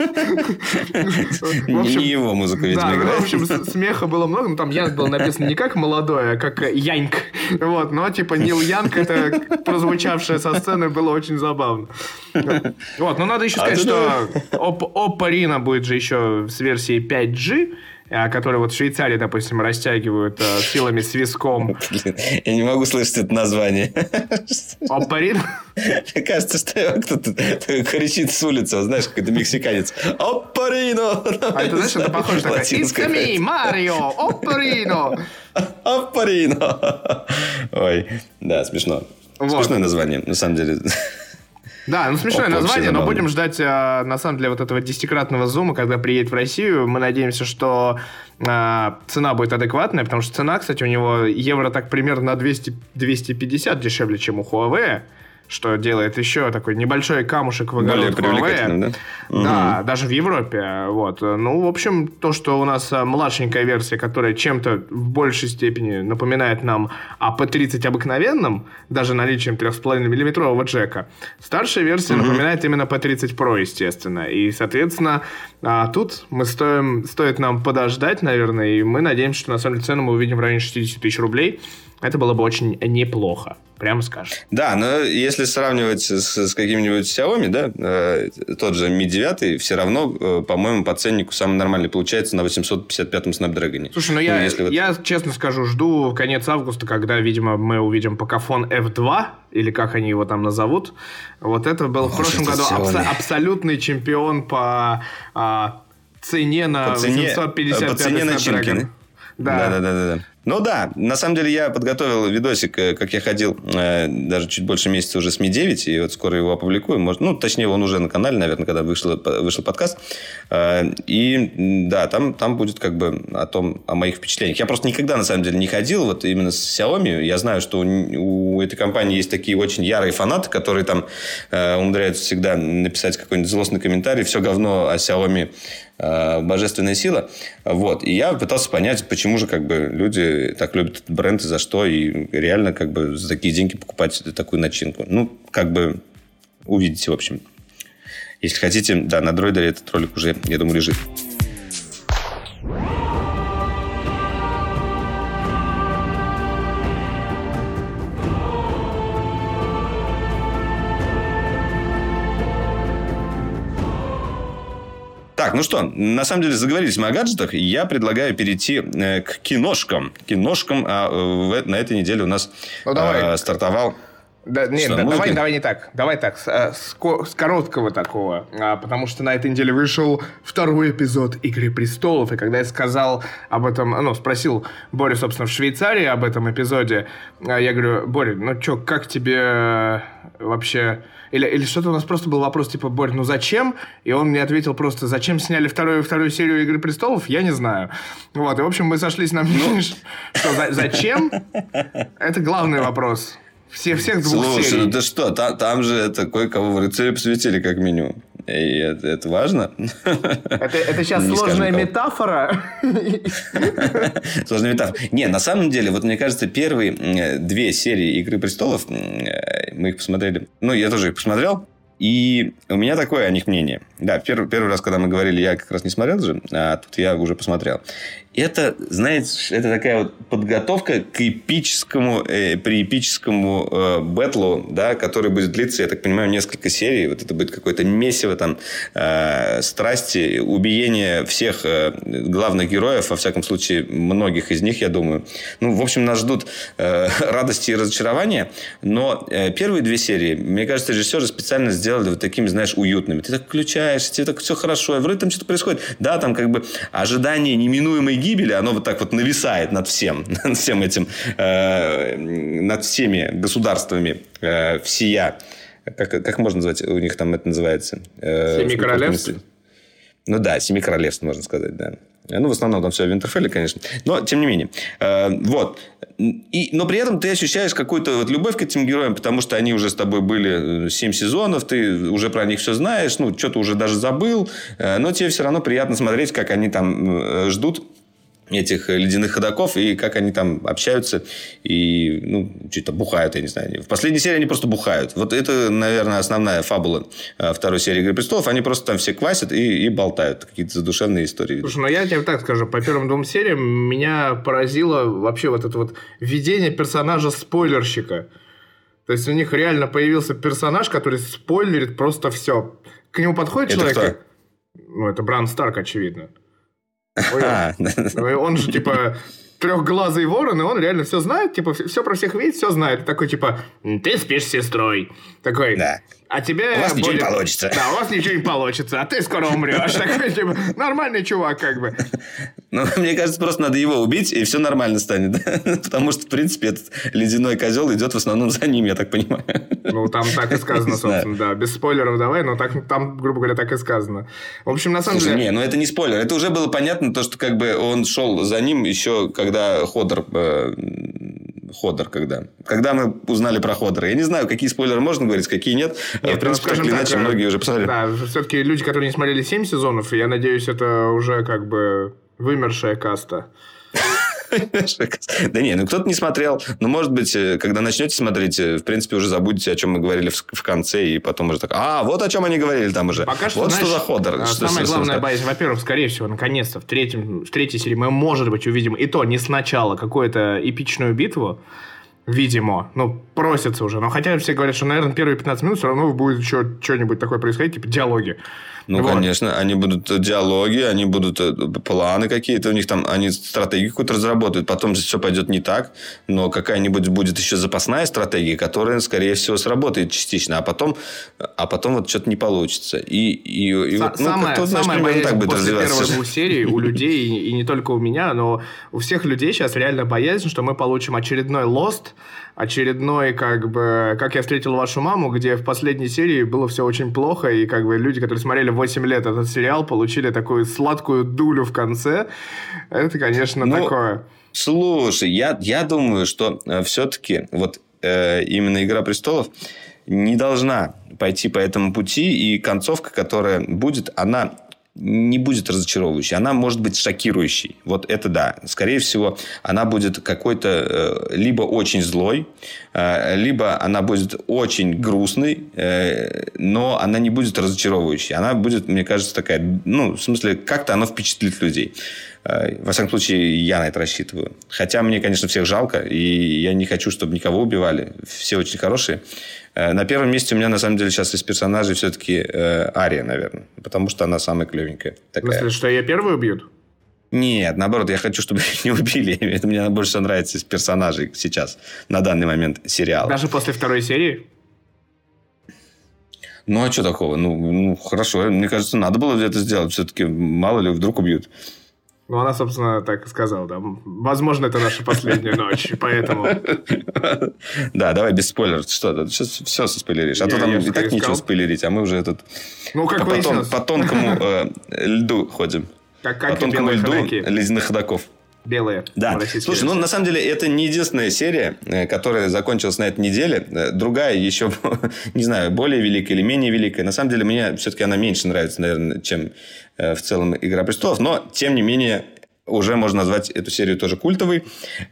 Не его музыка, видимо, играет. В общем, смеха было много, но там Янг был написан не как молодой, а как Янг. Вот, но типа Нил Янг, это прозвучавшее со сцены, было очень забавно. Вот, но надо еще сказать, что Oppo Reno будет же еще с версией пять джи, которые вот в Швейцарии, допустим, растягивают э, силами с виском. Блин, я не могу слышать это название. Oppo Reno? Мне кажется, что кто-то кричит с улицы, знаешь, какой-то мексиканец. Oppo Reno! А это, знаешь, это похоже такое. It's me, Mario! Oppo Reno! Oppo Reno! Ой, да, смешно. Вот. Смешное название, на самом деле. Да, ну смешное Опа, название, но будем ждать, на самом деле, вот этого десятикратного зума, когда приедет в Россию. Мы надеемся, что а, цена будет адекватная, потому что цена, кстати, у него евро так примерно на двести - двести пятьдесят дешевле, чем у Huawei, что делает еще такой небольшой камушек в огород Huawei. Да? Да, угу. Даже в Европе. Вот. Ну, в общем, то, что у нас младшенькая версия, которая чем-то в большей степени напоминает нам о пи тридцать обыкновенном, даже наличием три с половиной миллиметрового джека, старшая версия угу. напоминает именно пи тридцать Pro, естественно. И, соответственно, тут мы стоим, стоит нам подождать, наверное, и мы надеемся, что на самом деле цену мы увидим в районе шестьдесят тысяч рублей. Это было бы очень неплохо, прямо скажем. Да, но если сравнивать с, с каким-нибудь Xiaomi, да, э, тот же Mi девять, все равно, э, по-моему, по ценнику самый нормальный получается на восемьсот пятьдесят пятом Snapdragon. Слушай, ну, я, ну я вот... честно скажу, жду конец августа, когда, видимо, мы увидим Pocophone эф два, или как они его там назовут. Вот это был О, в прошлом году абсо- абсолютный чемпион по а, цене на по цене, восемьсот пятьдесят пятый Snapdragon. Да. Да, да, да, да. Ну да, на самом деле я подготовил видосик, как я ходил э, даже чуть больше месяца уже с Mi девять, и вот скоро его опубликую. Может, ну, точнее, он уже на канале, наверное, когда вышел, вышел подкаст. Э, и да, там, там будет как бы о том, о моих впечатлениях. Я просто никогда, на самом деле, не ходил вот именно с Xiaomi. Я знаю, что у, у этой компании есть такие очень ярые фанаты, которые там э, умудряются всегда написать какой-нибудь злостный комментарий. Все говно о Xiaomi э, божественная сила. Вот. И я пытался понять, почему же как бы люди так любят этот бренд и за что. И реально как бы за такие деньги покупать такую начинку. Ну, как бы увидите, в общем. Если хотите, да, на Дроидере этот ролик уже, я думаю, лежит. Так, ну что, на самом деле заговорились мы о гаджетах, и я предлагаю перейти к киношкам. Киношкам а на этой неделе у нас ну, давай. стартовал... Да, нет, что, да, давай, давай не так. Давай так, с, с, с короткого такого. А, потому что на этой неделе вышел второй эпизод «Игры престолов». И когда я сказал об этом, ну, спросил Борю, собственно, в Швейцарии об этом эпизоде, я говорю: Боря, ну что, как тебе вообще... Или, или что-то у нас просто был вопрос, типа: Борь, ну зачем? И он мне ответил просто: зачем сняли вторую, вторую серию «Игры престолов? Я не знаю». Вот, и в общем мы сошлись на мнении, что за, зачем? Это главный вопрос. Все, всех двух Слушай, серий. ну ты что, там, там же это кое-кого в рыцаре посвятили как минимум. И это, это важно. Это, это сейчас не сложная метафора? Сложная метафора. Не, на самом деле, вот мне кажется, первые две серии «Игры престолов», мы их посмотрели. Ну, я тоже их посмотрел. И у меня такое о них мнение. Да, первый, первый раз, когда мы говорили, я как раз не смотрел же, а тут я уже посмотрел. Это, знаете, это такая вот подготовка к эпическому, э, преэпическому э, бэтлу, да, который будет длиться, я так понимаю, несколько серий. Вот это будет какое-то месиво там э, страсти, убиение всех э, главных героев, во всяком случае, многих из них, я думаю. Ну, в общем, нас ждут э, радости и разочарования. Но э, первые две серии, мне кажется, режиссеры специально сделали вот такими, знаешь, уютными. Ты так включаешь, тебе так все хорошо, и вроде там что-то происходит. Да, там как бы ожидание неминуемой гибели, оно вот так вот нависает над всем, над всем этим, э, над всеми государствами э, всея. Как, как можно назвать? У них там это называется? Э, Семи королевств? Ну да, Семи королевств, можно сказать, да. Ну, в основном там все в Винтерфелле, конечно. Но, тем не менее. Э, вот. И, но при этом ты ощущаешь какую-то вот любовь к этим героям, потому что они уже с тобой были семь сезонов, ты уже про них все знаешь, ну, что-то уже даже забыл. Э, но тебе все равно приятно смотреть, как они там э, ждут этих ледяных ходоков, и как они там общаются и, ну, что-то бухают, я не знаю. В последней серии они просто бухают. Вот это, наверное, основная фабула второй серии «Игры престолов». Они просто там все квасят и, и болтают. Какие-то задушевные истории. Слушай, ну я тебе так скажу. По первым двум сериям меня поразило вообще вот это вот введение персонажа-спойлерщика. То есть у них реально появился персонаж, который спойлерит просто все. К нему подходит это человек... Кто? Ну, это Бран Старк, очевидно. Ой, он же, типа, трехглазый ворон, и он реально все знает, типа, все про всех видит, все знает. Такой, типа: ты спишь с сестрой. Такой: да. А тебе... У вас будет... ничего не получится. Да, у вас ничего не получится, а ты скоро умрешь. Такой, типа, нормальный чувак, как бы. Ну, мне кажется, просто надо его убить, и все нормально станет. Потому что, в принципе, этот ледяной козел идет в основном за ним, я так понимаю. Ну, там так и сказано, собственно, да. Без спойлеров давай, но так, там, грубо говоря, так и сказано. В общем, на самом Слушай, деле... не, ну это не спойлер. Это уже было понятно, то, что как бы он шел за ним еще, когда Ходор... Э, Ходор, когда. Когда мы узнали про Ходора. Я не знаю, какие спойлеры можно говорить, какие нет. нет в принципе, ну, так или иначе, так, многие уже посмотрели. Да, все-таки люди, которые не смотрели семь сезонов, я надеюсь, это уже как бы вымершая каста. Да не, ну кто-то не смотрел. Но, может быть, когда начнете смотреть, в принципе, уже забудете, о чем мы говорили в конце, и потом уже так: а, вот о чем они говорили там уже. Пока что, вот знаешь, что за Ходор. Самое главное, боюсь, во-первых, скорее всего, наконец-то в, третьем, в третьей серии мы, может быть, увидим, и то не сначала, какую-то эпичную битву. Видимо. Ну, просится уже. Но хотя все говорят, что, наверное, первые пятнадцать минут все равно будет еще что-нибудь такое происходить, типа диалоги. Ну, вот. Конечно. Они будут диалоги, они будут планы какие-то. У них там, они стратегию какую-то разработают. Потом же все пойдет не так. Но какая-нибудь будет еще запасная стратегия, которая, скорее всего, сработает частично. А потом, а потом вот что-то не получится. И, и, и С- вот, ну, самое, кто, знаешь, самое боязнь так будет после развиваться. первых двух серий у людей, и, и не только у меня, но у всех людей сейчас реально боязнь, что мы получим очередной Lost, очередной, как бы, «Как я встретил вашу маму», где в последней серии было все очень плохо, и как бы люди, которые смотрели восемь лет этот сериал, получили такую сладкую дулю в конце. Это, конечно, ну, такое. Слушай, я, я думаю, что э, все-таки вот э, именно «Игра престолов» не должна пойти по этому пути, и концовка, которая будет, она не будет разочаровывающей. Она может быть шокирующей. Вот это да. Скорее всего, она будет какой-то э, либо очень злой, э, либо она будет очень грустной, э, но она не будет разочаровывающей. Она будет, мне кажется, такая... Ну, в смысле, как-то она впечатлит людей. Э, во всяком случае, я на это рассчитываю. Хотя мне, конечно, всех жалко. И я не хочу, чтобы никого убивали. Все очень хорошие. На первом месте у меня, на самом деле, сейчас из персонажей все-таки э, Ария, наверное. Потому что она самая клевенькая. Такая. В смысле, что ее первую убьют? Нет, наоборот, я хочу, чтобы их не убили. Это мне больше всего нравится из персонажей сейчас, на данный момент сериала. Даже после второй серии? Ну, а что такого? Ну, ну, хорошо. Мне кажется, надо было это сделать. Все-таки мало ли, вдруг убьют. Ну, она, собственно, так и сказала, да. Возможно, это наша последняя ночь, поэтому... Да, давай без спойлеров. Что ты сейчас все соспойлеришь. А то там и так нечего спойлерить, а мы уже тут по тонкому льду ходим. По тонкому льду ледяных ходоков. Белые. Да. Слушай, ну, на самом деле, это не единственная серия, которая закончилась на этой неделе. Другая еще, не знаю, более великая или менее великая. На самом деле, мне все-таки она меньше нравится, наверное, чем в целом «Игра престолов». Но, тем не менее, уже можно назвать эту серию тоже культовой.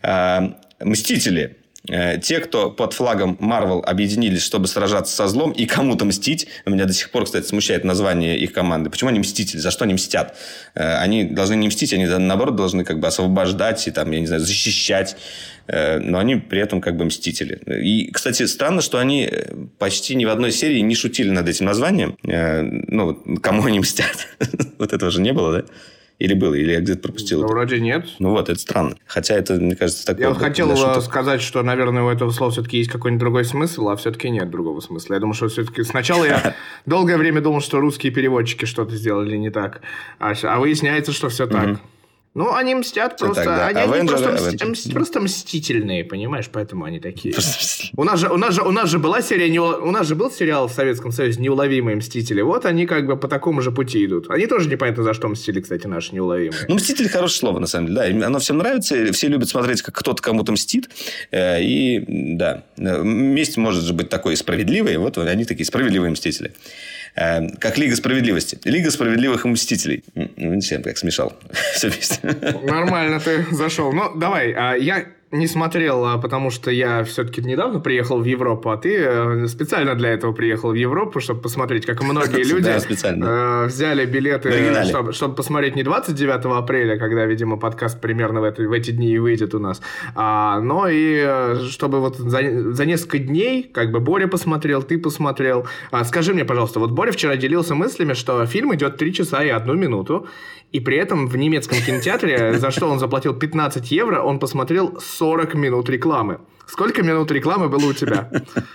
«Мстители». Те, кто под флагом Marvel объединились, чтобы сражаться со злом и кому-то мстить. Меня до сих пор, кстати, смущает название их команды. Почему они мстители? За что они мстят? Они должны не мстить, они, наоборот, должны как бы освобождать и, там, я не знаю, защищать. Но они при этом как бы мстители. И, кстати, странно, что они почти ни в одной серии не шутили над этим названием. Ну, кому они мстят? Вот этого же не было, да? Или было, или я где-то пропустил. Да, вроде нет. Ну вот, это странно. Хотя это, мне кажется, такое... Я вот хотел сказать, что, наверное, у этого слова все-таки есть какой-нибудь другой смысл, а все-таки нет другого смысла. Я думаю, что все-таки... Сначала я долгое время думал, что русские переводчики что-то сделали не так. А выясняется, что все так. Ну, они мстят просто... Так, да. Они, Avenger, они просто, Avenger. мс... просто мстительные, понимаешь? Поэтому они такие. У нас же, у нас же, у нас же была серия... Не... У нас же был сериал в Советском Союзе «Неуловимые мстители». Вот они как бы по такому же пути идут. Они тоже непонятно за что мстили, кстати, наши неуловимые. Ну, «Мстители» хорошее слово, на самом деле. Да, оно всем нравится. Все любят смотреть, как кто-то кому-то мстит. И, да, месть может же быть такой справедливой. Вот они такие справедливые мстители. Как Лига справедливости. Лига справедливых мстителей. Ну, всем как смешал. Все вместе. Нормально ты зашел. Ну, давай. Я не смотрел, потому что я все-таки недавно приехал в Европу, а ты специально для этого приехал в Европу, чтобы посмотреть, как многие люди взяли билеты, чтобы, чтобы посмотреть не двадцать девятого апреля, когда, видимо, подкаст примерно в, это, в эти дни и выйдет у нас, а, но и чтобы вот за, за несколько дней, как бы Боря посмотрел, ты посмотрел. А, скажи мне, пожалуйста, вот Боря вчера делился мыслями, что фильм идет три часа и одну минуту, и при этом в немецком кинотеатре, за что он заплатил пятнадцать евро, он посмотрел сорок минут рекламы. Сколько минут рекламы было у тебя?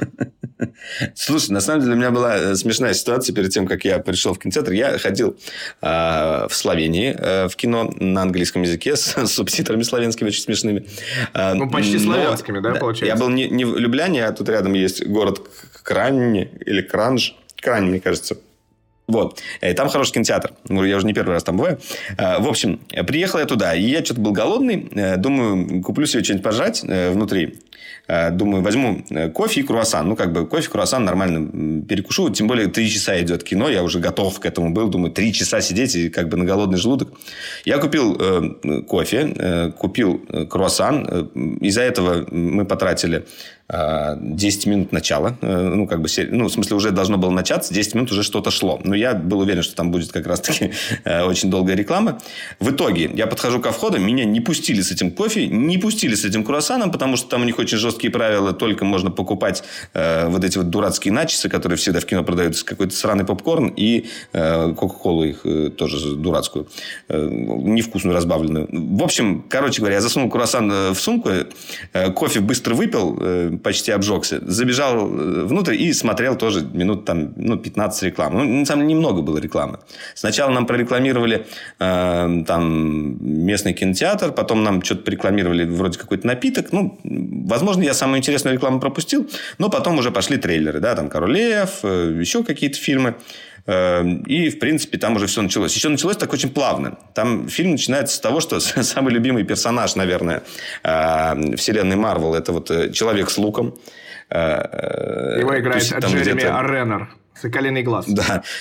Слушай, на самом деле у меня была смешная ситуация перед тем, как я пришел в кинотеатр. Я ходил э, в Словении э, в кино на английском языке с, с субтитрами славянскими, очень смешными. Э, ну, почти но, славянскими, да, да, получается? Я был не, не в Любляне, а тут рядом есть город Кранj или Кранж. Кранj, мне кажется. Вот. И там хороший кинотеатр. Я уже не первый раз там бываю. В общем, приехал я туда. И я что-то был голодный. Думаю, куплю себе что-нибудь пожрать внутри. Думаю, возьму кофе и круассан. Ну, как бы кофе, круассан нормально перекушу. Тем более, три часа идет кино. Я уже готов к этому был. Думаю, три часа сидеть и как бы на голодный желудок. Я купил э, кофе, э, купил круассан. Из-за этого мы потратили десять минут начала. Ну, как бы, ну, в смысле, уже должно было начаться. десять минут уже что-то шло. Но я был уверен, что там будет как раз-таки очень долгая реклама. В итоге, я подхожу ко входу. Меня не пустили с этим кофе, не пустили с этим круассаном, потому что там у них очень жесткие правила. Только можно покупать э, вот эти вот дурацкие начесы, которые всегда в кино продаются. Какой-то сраный попкорн и э, кока-колу их э, тоже дурацкую. Э, невкусную, разбавленную. В общем, короче говоря, я засунул круассан в сумку. Э, кофе быстро выпил. Э, почти обжегся. Забежал внутрь и смотрел тоже минут там, ну, пятнадцать рекламы. Ну, на самом деле, немного было рекламы. Сначала нам прорекламировали э, там местный кинотеатр, потом нам что-то прорекламировали вроде какой-то напиток. Ну, возможно, я самую интересную рекламу пропустил, но потом уже пошли трейлеры, да, там «Король Лев», э, еще какие-то фильмы. И, в принципе, там уже все началось. Еще началось так очень плавно. Там фильм начинается с того, что самый любимый персонаж, наверное, вселенной Марвел — это вот Человек с луком. Его играет Джереми Реннер. «Соколиный глаз». Да.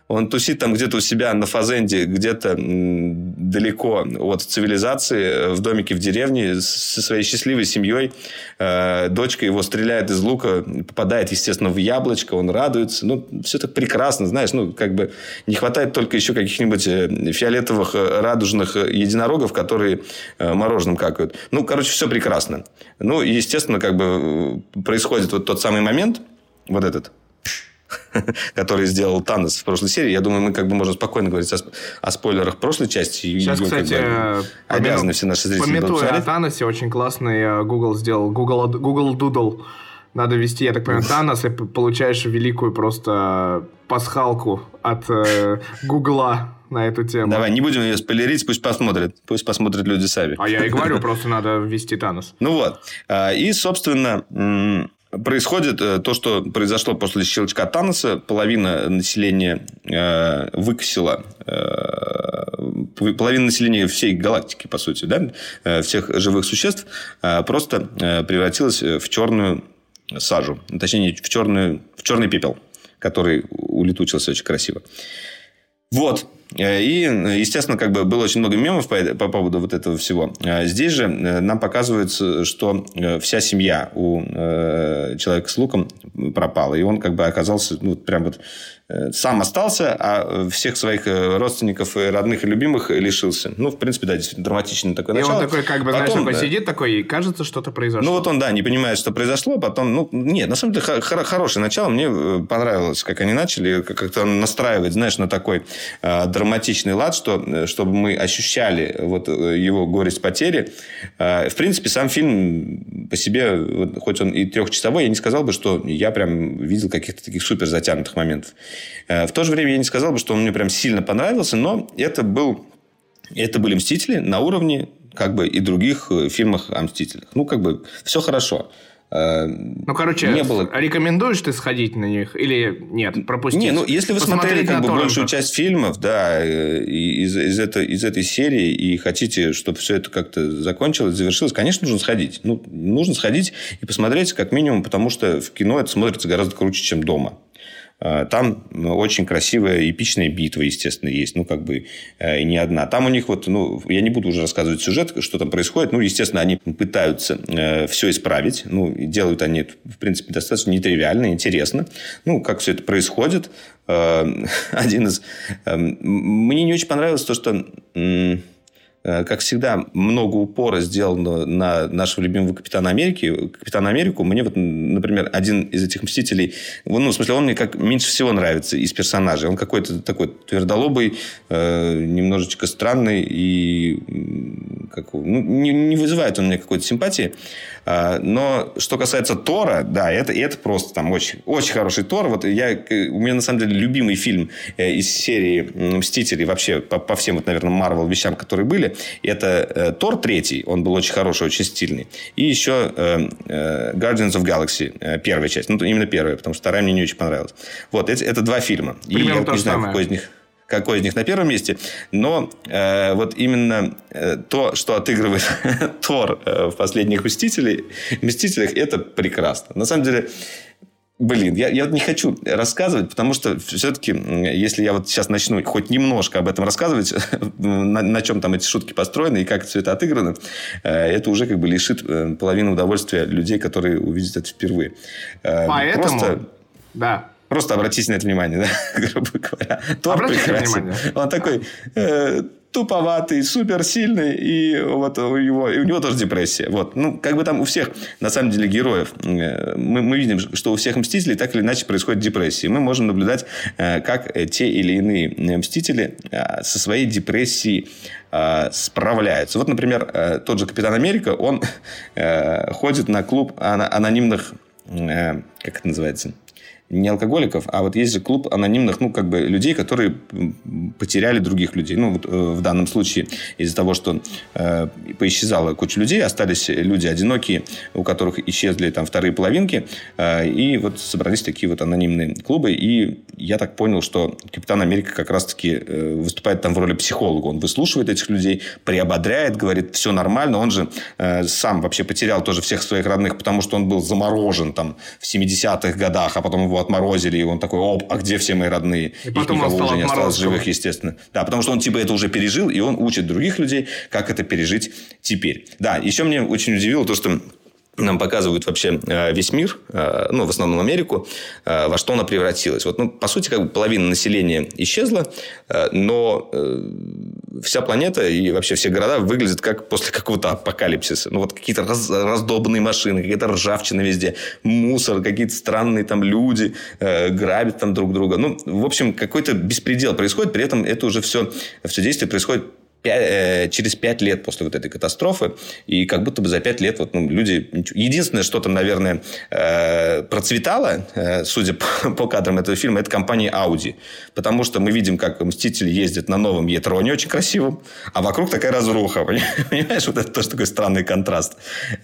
Он тусит там где-то у себя на фазенде, где-то далеко от цивилизации, в домике в деревне, со своей счастливой семьей. Дочка его стреляет из лука, попадает, естественно, в яблочко, он радуется. Ну, все так прекрасно, знаешь. Ну, как бы не хватает только еще каких-нибудь фиолетовых радужных единорогов, которые мороженым какают. Ну, короче, все прекрасно. Ну, естественно, как бы происходит вот тот самый момент, вот этот, который сделал Танос в прошлой серии. Я думаю, мы как бы можем спокойно говорить о, о спойлерах прошлой части. Сейчас, и, кстати, как бы, обязаны все наши зрители пометуя о Таносе, очень классный Google сделал. Google, Google Doodle. Надо ввести, я так понимаю, Танос, и получаешь великую просто пасхалку от э, Гугла на эту тему. Давай, не будем ее спойлерить, пусть посмотрят. Пусть посмотрят люди сами. А я и говорю, просто надо ввести Танос. Ну вот. И, собственно... происходит то, что произошло после щелчка Таноса. Половина населения э, выкосила... Э, половина населения всей галактики, по сути, да, э, всех живых существ э, просто э, превратилась в черную сажу. Точнее, в, черную, в черный пепел, который улетучился очень красиво. Вот. И, естественно, как бы было очень много мемов по, по поводу вот этого всего. Здесь же нам показывается, что вся семья у э, человека с луком пропала. И он как бы оказался, ну, прям вот сам остался, а всех своих родственников, родных и любимых лишился. Ну, в принципе, да, действительно драматичное такое начало. И он такой, как бы, потом, знаешь, такой да, сидит такой, и кажется, что-то произошло. Ну, вот он, да, не понимает, что произошло. Потом, ну, нет, на самом деле, хор- хорошее начало. Мне понравилось, как они начали, как-то настраивать, знаешь, на такой э, драматичный лад, что, чтобы мы ощущали вот его горесть потери. Э, в принципе, сам фильм по себе, вот, хоть он и трехчасовой, я не сказал бы, что я прям видел каких-то таких супер затянутых моментов. В то же время я не сказал бы, что он мне прям сильно понравился, но это, был, это были «Мстители» на уровне как бы и других фильмах о «Мстителях». Ну, как бы все хорошо. Ну, короче, не было... рекомендуешь ты сходить на них или нет, пропустить? Не, ну, если вы смотрели как бы большую часть фильмов, да, из, из, этой, из этой серии и хотите, чтобы все это как-то закончилось, завершилось, конечно, нужно сходить. Ну, нужно сходить и посмотреть как минимум, потому что в кино это смотрится гораздо круче, чем дома. Там очень красивая, эпичная битва, естественно, есть. Ну, как бы, и не одна. Там у них вот, ну, я не буду уже рассказывать сюжет, что там происходит. Ну, естественно, они пытаются э, все исправить. Ну, делают они это, в принципе, достаточно нетривиально, интересно. Ну, как все это происходит. Э, один из... Э, мне не очень понравилось то, что... Э, как всегда, много упора сделано на нашего любимого Капитана Америки. Капитана Америку мне, вот, например, один из этих «Мстителей», ну, в смысле, он мне как меньше всего нравится из персонажей. Он какой-то такой твердолобый, э, немножечко странный и как, ну, не, не вызывает он мне какой-то симпатии. А, но что касается Тора, да, это, это просто там очень, очень хороший Тор. Вот я, у меня, на самом деле, любимый фильм из серии «Мстителей» вообще по, по всем, вот, наверное, Марвел вещам, которые были. Это э, Тор третий, он был очень хороший, очень стильный. И еще э, э, Guardians of Galaxy, э, первая часть. Ну, именно первая, потому что вторая мне не очень понравилась. Вот, это, это два фильма. Примерно и я не знаю, какой из них... какой из них на первом месте, но э, вот именно э, то, что отыгрывает Тор э, в последних «Мстителях», «Мстителях», это прекрасно. На самом деле, блин, я, я вот не хочу рассказывать, потому что все-таки, если я вот сейчас начну хоть немножко об этом рассказывать, на, на чем там эти шутки построены и как все это отыграно, э, это уже как бы лишит э, половины удовольствия людей, которые увидят это впервые. Э, Поэтому, просто... да. Просто обратите на это внимание, да, грубо говоря. Тор прекрасен. Он такой э, туповатый, суперсильный, и вот у него, и у него тоже депрессия. Вот. Ну, как бы там у всех, на самом деле, героев, э, мы, мы видим, что у всех «Мстителей» так или иначе происходит депрессия. Мы можем наблюдать, э, как те или иные «Мстители» э, со своей депрессией э, справляются. Вот, например, э, тот же Капитан Америка, он э, ходит на клуб анонимных, э, как это называется, не алкоголиков, а вот есть же клуб анонимных, ну, как бы, людей, которые потеряли других людей. Ну, вот, э, в данном случае из-за того, что э, поисчезала куча людей, остались люди одинокие, у которых исчезли там вторые половинки, э, и вот собрались такие вот анонимные клубы, и я так понял, что Капитан Америка как раз-таки э, выступает там в роли психолога. Он выслушивает этих людей, приободряет, говорит, все нормально. Он же э, сам вообще потерял тоже всех своих родных, потому что он был заморожен там в семидесятых годах, а потом его его отморозили, и он такой, оп, а где все мои родные? И потом Их никого уже не осталось отморозком. живых, естественно. Да, потому что он типа это уже пережил, и он учит других людей, как это пережить теперь. Да, еще мне очень удивило то, что нам показывают вообще весь мир, ну, в основном Америку, во что она превратилась. Вот, ну, по сути, как бы половина населения исчезла, но вся планета и вообще все города выглядят как после какого-то апокалипсиса. Ну, вот какие-то раз, раздолбанные машины, какая-то ржавчина везде, мусор, какие-то странные там люди грабят там друг друга. Ну, в общем, какой-то беспредел происходит, при этом это уже все, все действие происходит через пять лет после вот этой катастрофы. И как будто бы за пять лет вот, ну, люди... Единственное, что там, наверное, процветало, судя по кадрам этого фильма, это компания Audi. Потому что мы видим, как Мстители ездят на новом E-троне очень красивом, а вокруг такая разруха. Понимаешь, вот это тоже такой странный контраст.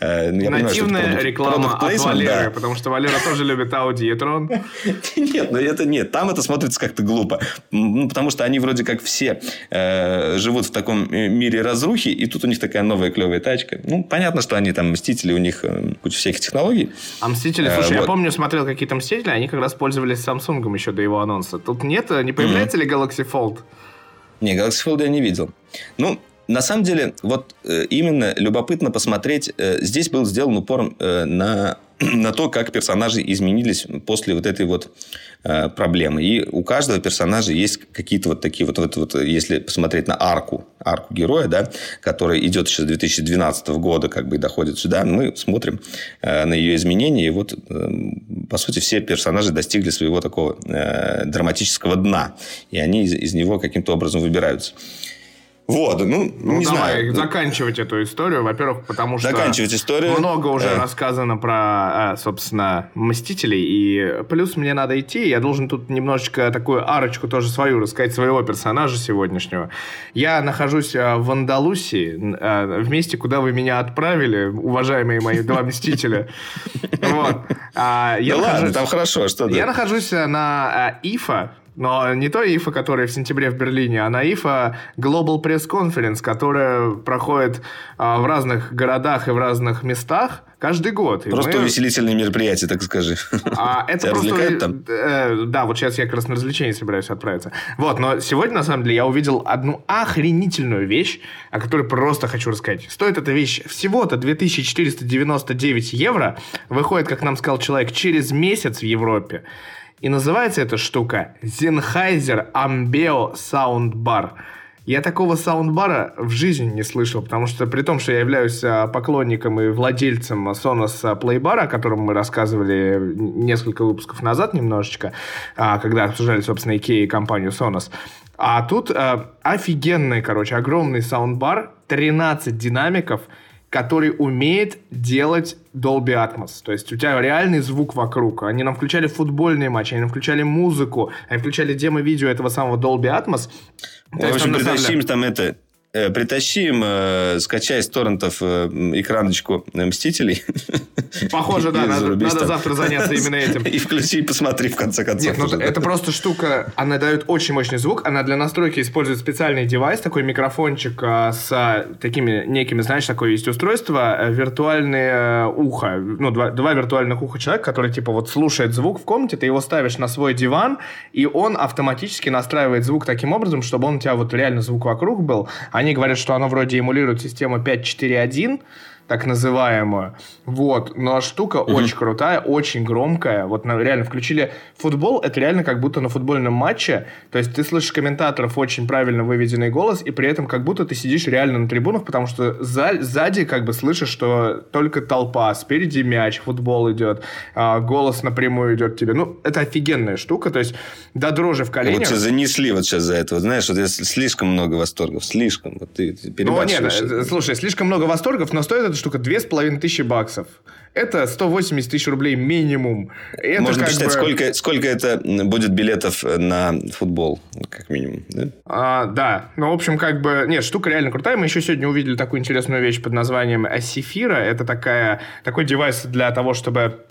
Нативная реклама от Валеры, да. Потому что Валера тоже любит Audi E-трон. Нет, ну это нет. Там это смотрится как-то глупо. Потому что они вроде как все живут в таком мире разрухи, и тут у них такая новая клевая тачка. Ну, понятно, что они там Мстители, у них куча всяких технологий. А Мстители, слушай, а, я вот. помню, смотрел какие-то Мстители, они как раз пользовались Samsung еще до его анонса. Тут нет, не появляется mm-hmm. ли Galaxy Fold? Не, Galaxy Fold я не видел. Ну, на самом деле, вот э, именно любопытно посмотреть, э, здесь был сделан упор э, на, на то, как персонажи изменились после вот этой вот э, проблемы. И у каждого персонажа есть какие-то вот такие вот, вот, вот, если посмотреть на арку, арку героя, да, которая идет еще с две тысячи двенадцатого года, как бы и доходит сюда, мы смотрим э, на ее изменения, и вот, э, по сути, все персонажи достигли своего такого э, драматического дна, и они из, из него каким-то образом выбираются. Вот, ну, ну не давай знаю. заканчивать эту историю, во-первых, потому что заканчивать историю. много уже э. рассказано про, собственно, Мстителей, и плюс мне надо идти, я должен тут немножечко такую арочку тоже свою рассказать, своего персонажа сегодняшнего. Я нахожусь в Андалусии, в месте, куда вы меня отправили, уважаемые мои два Мстителя. Вот. Да ладно, там хорошо, что ты. Я нахожусь на ИФА, но не то ИФА, которое в сентябре в Берлине, а на ИФА Global Press Conference, которая проходит а, в разных городах и в разных местах каждый год. Просто мы... увеселительные мероприятия, так скажи. А это Тебя просто... развлекают там? Э, да, вот сейчас я как раз на развлечение собираюсь отправиться. Вот, но сегодня, на самом деле, я увидел одну охренительную вещь, о которой просто хочу рассказать. Стоит эта вещь всего-то две тысячи четыреста девяносто девять евро. Выходит, как нам сказал человек, через месяц в Европе. И называется эта штука Sennheiser Ambeo Soundbar. Я такого саундбара в жизни не слышал, потому что при том, что я являюсь поклонником и владельцем Sonos Playbar, о котором мы рассказывали несколько выпусков назад немножечко, когда обсуждали, собственно, IKEA и компанию Sonos. А тут офигенный, короче, огромный саундбар, тринадцать динамиков, который умеет делать Dolby Atmos. То есть у тебя реальный звук вокруг. Они нам включали футбольные матчи, они нам включали музыку, они включали демо-видео этого самого Dolby Atmos. В общем, притащим там это... Притащим, э, скачай с торрентов э, экраночку Мстителей. Похоже, да, надо, надо завтра заняться именно этим. И включи, и посмотри, в конце концов. Нет, ну уже, это да. просто штука, она дает очень мощный звук, она для настройки использует специальный девайс, такой микрофончик а, с такими некими, знаешь, такое есть устройство, виртуальное ухо, ну, два, два виртуальных уха человека, который, типа, вот слушает звук в комнате, ты его ставишь на свой диван, и он автоматически настраивает звук таким образом, чтобы он у тебя вот реально звук вокруг был. Они говорят, что оно вроде эмулирует систему пять четыре один, так называемую. Вот. Но штука mm-hmm. очень крутая, очень громкая. Вот на, реально включили футбол, это реально как будто на футбольном матче. То есть ты слышишь комментаторов, очень правильно выведенный голос, и при этом как будто ты сидишь реально на трибунах, потому что за, сзади как бы слышишь, что только толпа, спереди мяч, футбол идет, а, голос напрямую идет к тебе. Ну, это офигенная штука. То есть до дрожи в коленях. Вот тебя занесли вот сейчас за это. Вот, знаешь, вот слишком много восторгов. Слишком. Вот ты, ты перебарщиваешь. Ну, нет, слушай, слишком много восторгов, но стоит эта штука две с половиной тысячи баксов. Это сто восемьдесят тысяч рублей минимум. Это можно посчитать, бы... сколько, сколько это будет билетов на футбол, как минимум. Да? А, да. Ну, в общем, как бы... Нет, штука реально крутая. Мы еще сегодня увидели такую интересную вещь под названием Сефира. Это такая, такой девайс для того, чтобы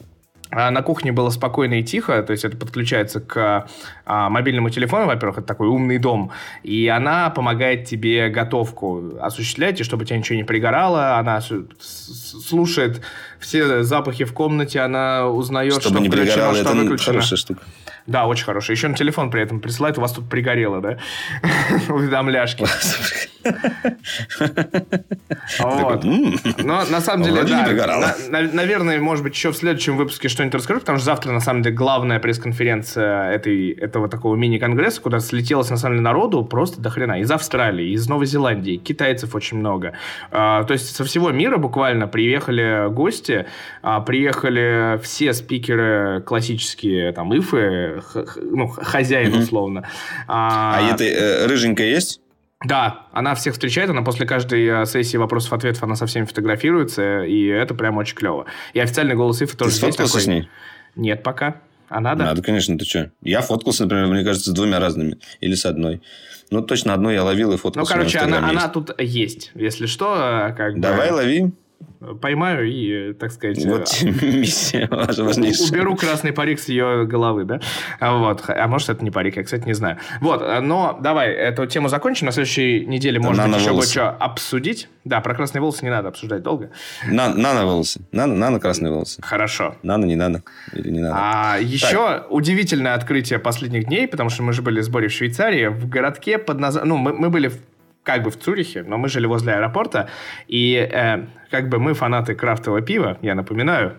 на кухне было спокойно и тихо, то есть это подключается к а, мобильному телефону, во-первых, это такой умный дом, и она помогает тебе готовку осуществлять, и чтобы у тебя ничего не пригорало, она слушает все запахи в комнате, она узнает, чтобы что не включено, пригорало, что это выключено. Хорошая штука. Да, очень хорошая. Еще на телефон при этом присылает, у вас тут пригорело, да? Уведомляшки. Вот. Но на самом деле, да, наверное, может быть, еще в следующем выпуске что-нибудь расскажу, потому что завтра, на самом деле, главная пресс-конференция этой, этого такого мини-конгресса, куда слетелось, на самом деле, народу просто до хрена. Из Австралии, из Новой Зеландии, китайцев очень много. То есть со всего мира буквально приехали гости, приехали все спикеры классические, там, ифы, ну, хозяин, условно. А, а эта э, рыженькая есть? Да, она всех встречает, она после каждой сессии вопросов-ответов, она со всеми фотографируется, и это прям очень клево. И официальный голос ифы тоже здесь такой. Ты сфоткался с ней? Нет пока. А надо? Надо, конечно, ты что? Я фоткался, например, мне кажется, с двумя разными. Или с одной. Ну, точно одну я ловил и фоткался. Ну, короче, она, она тут есть. Если что, как бы... Давай, лови. Поймаю и, так сказать... Вот миссия ваша важнейшая. Уберу красный парик с ее головы, да? Вот. А может, это не парик, я, кстати, не знаю. Вот, но давай эту тему закончим. На следующей неделе, может быть, еще будет-что обсудить. Да, про красные волосы не надо обсуждать долго. Нано-волосы. Нано-красные волосы. Хорошо. Нано, не надо. Или не надо. А еще удивительное открытие последних дней, потому что мы же были с Борей в Швейцарии, в городке под названием... Ну, мы, мы были в как бы в Цюрихе, но мы жили возле аэропорта, и э, как бы мы фанаты крафтового пива, я напоминаю,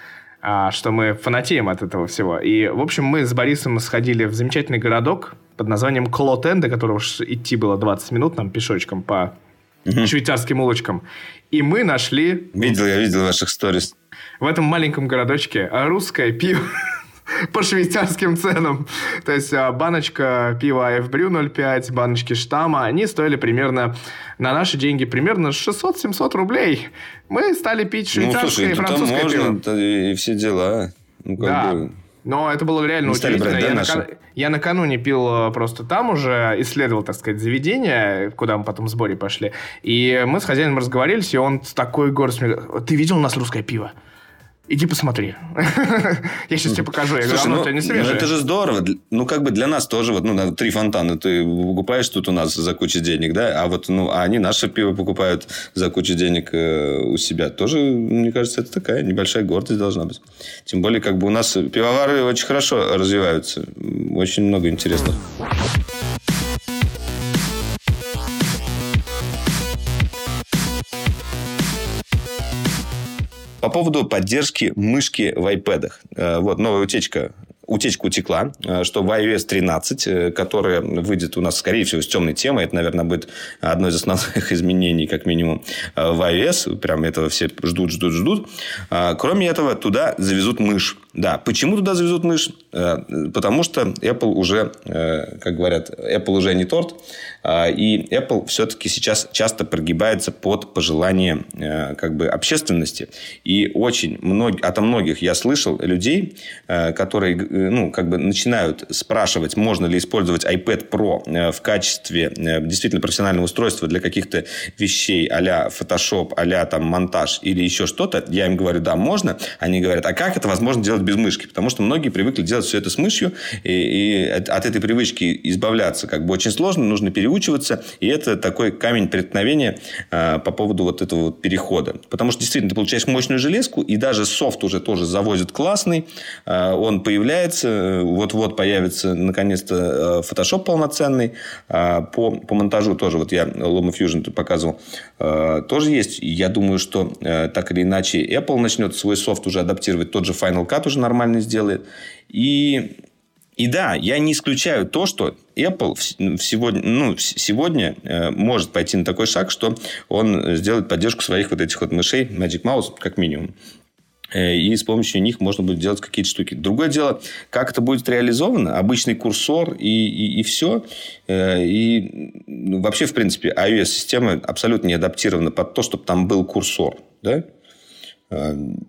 а, что мы фанатеем от этого всего. И, в общем, мы с Борисом сходили в замечательный городок под названием Клотен, до которого идти было двадцать минут нам пешочком по угу. швейцарским улочкам. И мы нашли... Видел, я видел ваших сторис. В этом маленьком городочке русское пиво. По швейцарским ценам. То есть баночка пива эй эф Brew ноль пять, баночки штамма, они стоили примерно, на наши деньги, примерно шестьсот-семьсот рублей. Мы стали пить швейцарское ну, слушай, и французское можно, пиво. И все дела. Ну, как да. бы... Но это было реально удивительно. Брать, да, я, нака... я накануне пил просто там уже, исследовал, так сказать, заведение, куда мы потом с Борей пошли. И мы с хозяином разговорились, и он с такой гордостью мне говорит: ты видел у нас русское пиво? Иди посмотри. Я сейчас тебе покажу. Я Слушай, говорю, ну, это не свежее. Ну, это же здорово. Ну, как бы для нас тоже, вот, ну, три фонтана ты покупаешь тут у нас за кучу денег, да? А вот, ну, а они наше пиво покупают за кучу денег э, у себя. Тоже, мне кажется, это такая небольшая гордость должна быть. Тем более, как бы у нас пивовары очень хорошо развиваются. Очень много интересных. По поводу поддержки мышки в айпэдах. Вот новая утечка. Утечка утекла, что в ай о эс тринадцать, которая выйдет у нас, скорее всего, с темной темой, это, наверное, будет одно из основных изменений, как минимум, в ай о эс. Прям этого все ждут, ждут, ждут. Кроме этого, туда завезут мышь. Да, почему туда завезут мышь? Потому что Apple уже, как говорят, Apple уже не торт. И Apple все-таки сейчас часто прогибается под пожелания как бы общественности. И очень многие, от многих я слышал людей, которые ну, как бы начинают спрашивать, можно ли использовать iPad Pro в качестве действительно профессионального устройства для каких-то вещей а-ля Photoshop, а-ля там монтаж или еще что-то. Я им говорю, да, можно. Они говорят, а как это возможно делать без мышки? Потому что многие привыкли делать все это с мышью, и, и от этой привычки избавляться как бы очень сложно, нужно переучиваться, и это такой камень преткновения э, по поводу вот этого вот перехода. Потому что действительно ты получаешь мощную железку, и даже софт уже тоже завозят классный, э, он появляется, вот-вот появится наконец-то Photoshop полноценный, э, по, по монтажу тоже, вот я LumaFusion показывал, э, тоже есть. Я думаю, что э, так или иначе Apple начнет свой софт уже адаптировать, тот же Final Cut уже нормально сделает. И, и да, я не исключаю то, что Apple сегодня, ну, сегодня может пойти на такой шаг, что он сделает поддержку своих вот этих вот мышей Magic Mouse, как минимум. И с помощью них можно будет делать какие-то штуки. Другое дело, как это будет реализовано. Обычный курсор и, и, и все. И вообще, в принципе, iOS-система абсолютно не адаптирована под то, чтобы там был курсор. Да?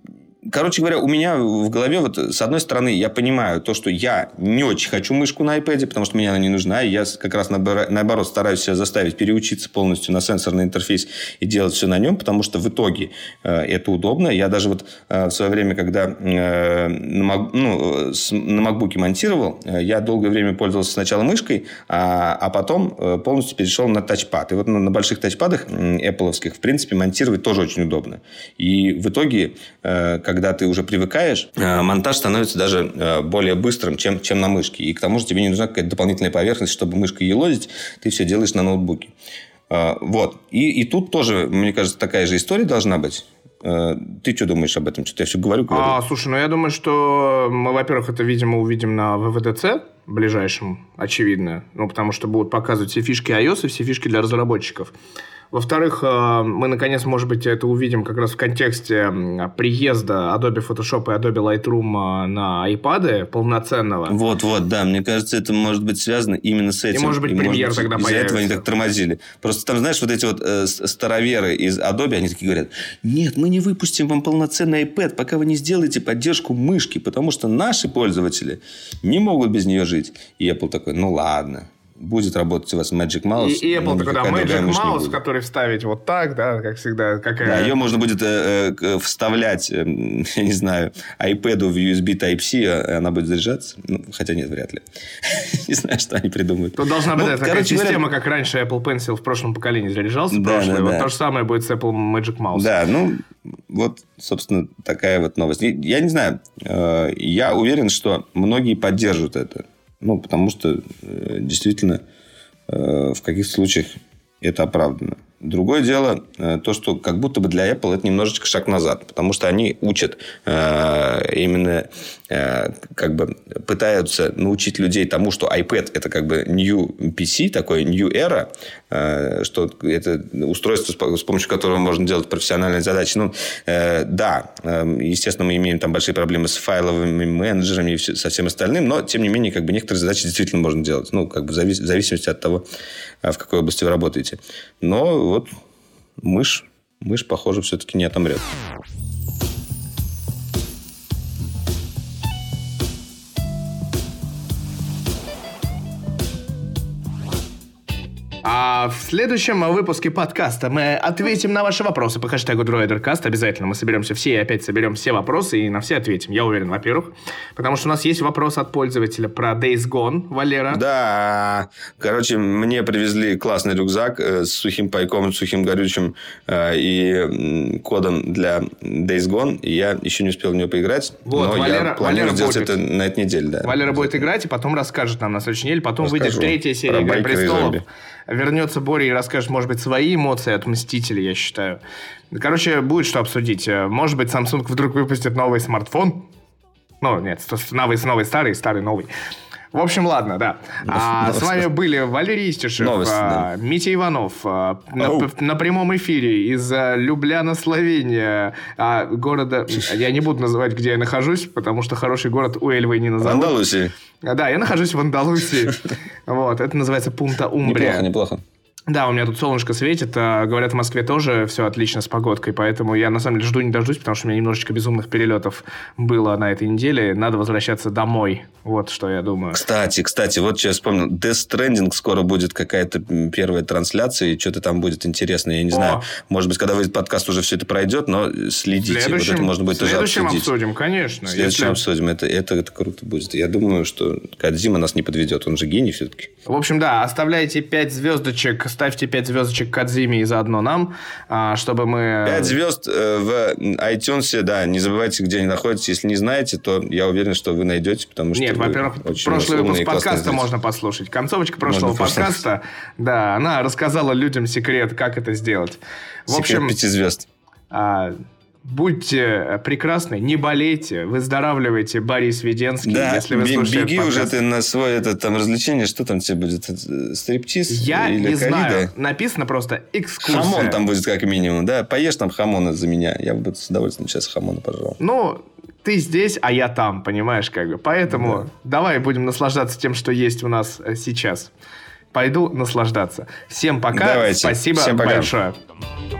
короче говоря, у меня в голове вот с одной стороны я понимаю то, что я не очень хочу мышку на iPad, потому что мне она не нужна. И я как раз наоборот стараюсь себя заставить переучиться полностью на сенсорный интерфейс и делать все на нем, потому что в итоге э, это удобно. Я даже вот э, в свое время, когда э, на, ну, с, на MacBook монтировал, э, я долгое время пользовался сначала мышкой, а, а потом э, полностью перешел на тачпад. И вот на, на больших тачпадах э, Apple-овских, в принципе, монтировать тоже очень удобно. И в итоге, э, когда ты уже привыкаешь, э, монтаж становится даже э, более быстрым, чем, чем на мышке. И к тому же тебе не нужна какая-то дополнительная поверхность, чтобы мышкой елозить. Ты все делаешь на ноутбуке. Э, вот. И, и тут тоже, мне кажется, такая же история должна быть. Э, ты что думаешь об этом? Что-то я все говорю, говорю. А, слушай, ну я думаю, что мы, во-первых, это, видимо, увидим на дабл ю дабл ю ди си ближайшем, очевидно. Ну, потому что будут показывать все фишки iOS и все фишки для разработчиков. Во-вторых, мы, наконец, может быть, это увидим как раз в контексте приезда Adobe Photoshop и Adobe Lightroom на iPad полноценного. Вот-вот, да. Мне кажется, это может быть связано именно с этим. И, может быть, премьер тогда из-за появится. этого они так тормозили. Просто там, знаешь, вот эти вот э, староверы из Adobe, они такие говорят, нет, мы не выпустим вам полноценный iPad, пока вы не сделаете поддержку мышки, потому что наши пользователи не могут без нее жить. И Apple такой, ну ладно. Будет работать у вас Magic Mouse. И, и Apple такой, да, Magic Mouse, который вставить вот так, да, как всегда. Какая... Да, ее можно будет э, э, вставлять, э, я не знаю, iPad в ю эс би Type-C, и она будет заряжаться. Ну, хотя нет, вряд ли. Не знаю, что они придумают. Тут должна быть такая система, как раньше Apple Pencil в прошлом поколении заряжался, в прошлое. Вот то же самое будет с Apple Magic Mouse. Да, ну, вот, собственно, такая вот новость. Я не знаю, я уверен, что многие поддержат это. Ну, потому что э, действительно э, в каких-то случаях это оправдано. Другое дело, э, то, что как будто бы для Apple это немножечко шаг назад. Потому что они учат, э, именно э, как бы пытаются научить людей тому, что iPad это как бы new пи си, такой new era, э, что это устройство, с помощью которого можно делать профессиональные задачи. Ну, э, да, э, естественно, мы имеем там большие проблемы с файловыми менеджерами и все, со всем остальным, но, тем не менее, как бы некоторые задачи действительно можно делать. Ну, как бы в зависимости от того, в какой области вы работаете. Но вот мышь, мышь, похоже, все-таки не отомрет. А в следующем выпуске подкаста мы ответим на ваши вопросы по хэштегу DroiderCast. Обязательно мы соберемся все и опять соберем все вопросы и на все ответим. Я уверен, во-первых. Потому что у нас есть вопрос от пользователя про Days Gone, Валера. Да, короче, мне привезли классный рюкзак с сухим пайком, с сухим горючим э, и кодом для Days Gone. И я еще не успел в него поиграть. Вот, но Валера, я планирую Валера сделать будет, это на этой неделе. Да. Валера будет играть и потом расскажет нам на следующей неделе. Потом Расскажу выйдет третья серия «Игры престолов». Вернется Боря и расскажет, может быть, свои эмоции от «Мстителей», я считаю. Короче, будет что обсудить. Может быть, Samsung вдруг выпустит новый смартфон. Ну, нет, новый, новый, старый, старый, новый. В общем, ладно, да. А, с вами были Валерий Истишев, Новость, а, да. Митя Иванов а, на, на прямом эфире из Любляна, Словения, а, города... Я не буду называть, где я нахожусь, потому что хороший город у Эльвы не назовут. Андалусии. Да, я нахожусь в Андалусии. Вот, это называется Пунта Умбрия. Неплохо, неплохо. Да, у меня тут солнышко светит. Говорят, в Москве тоже все отлично с погодкой. Поэтому я, на самом деле, жду не дождусь, потому что у меня немножечко безумных перелетов было на этой неделе. Надо возвращаться домой. Вот что я думаю. Кстати, кстати, вот что я вспомнил. Death Stranding скоро будет какая-то первая трансляция. И что-то там будет интересно. Я не О. знаю. Может быть, когда выйдет подкаст, уже все это пройдет. Но следите. Вот это можно будет тоже обсудить. В следующем обсудим, конечно. В следующем если... обсудим. Это, это, это круто будет. Я думаю, что Кодзима нас не подведет. Он же гений все-таки. В общем, да. Оставляйте пять звездочек. Ставьте пять звездочек Кодзиме и заодно нам, чтобы мы... пять звезд в iTunes, да, не забывайте, где они находятся. Если не знаете, то я уверен, что вы найдете, потому что... Нет, во-первых, прошлый выпуск подкаста можно послушать. Концовочка прошлого можно подкаста, да, она рассказала людям секрет, как это сделать. В секрет общем, пяти звезд. А... Будьте прекрасны, не болейте, выздоравливайте, Борис Веденский. Да, если вы беги, беги уже ты на свое это, там, развлечение. Что там тебе будет? Стриптиз? Я или не коррида? Знаю. Написано просто экскурсия. Хамон там будет как минимум, да? Поешь там хамона за меня. Я бы с удовольствием сейчас хамона пожрал. Ну, ты здесь, а я там, понимаешь, как бы. Поэтому да. Давай будем наслаждаться тем, что есть у нас сейчас. Пойду наслаждаться. Всем пока. Давайте. Спасибо Всем пока. большое.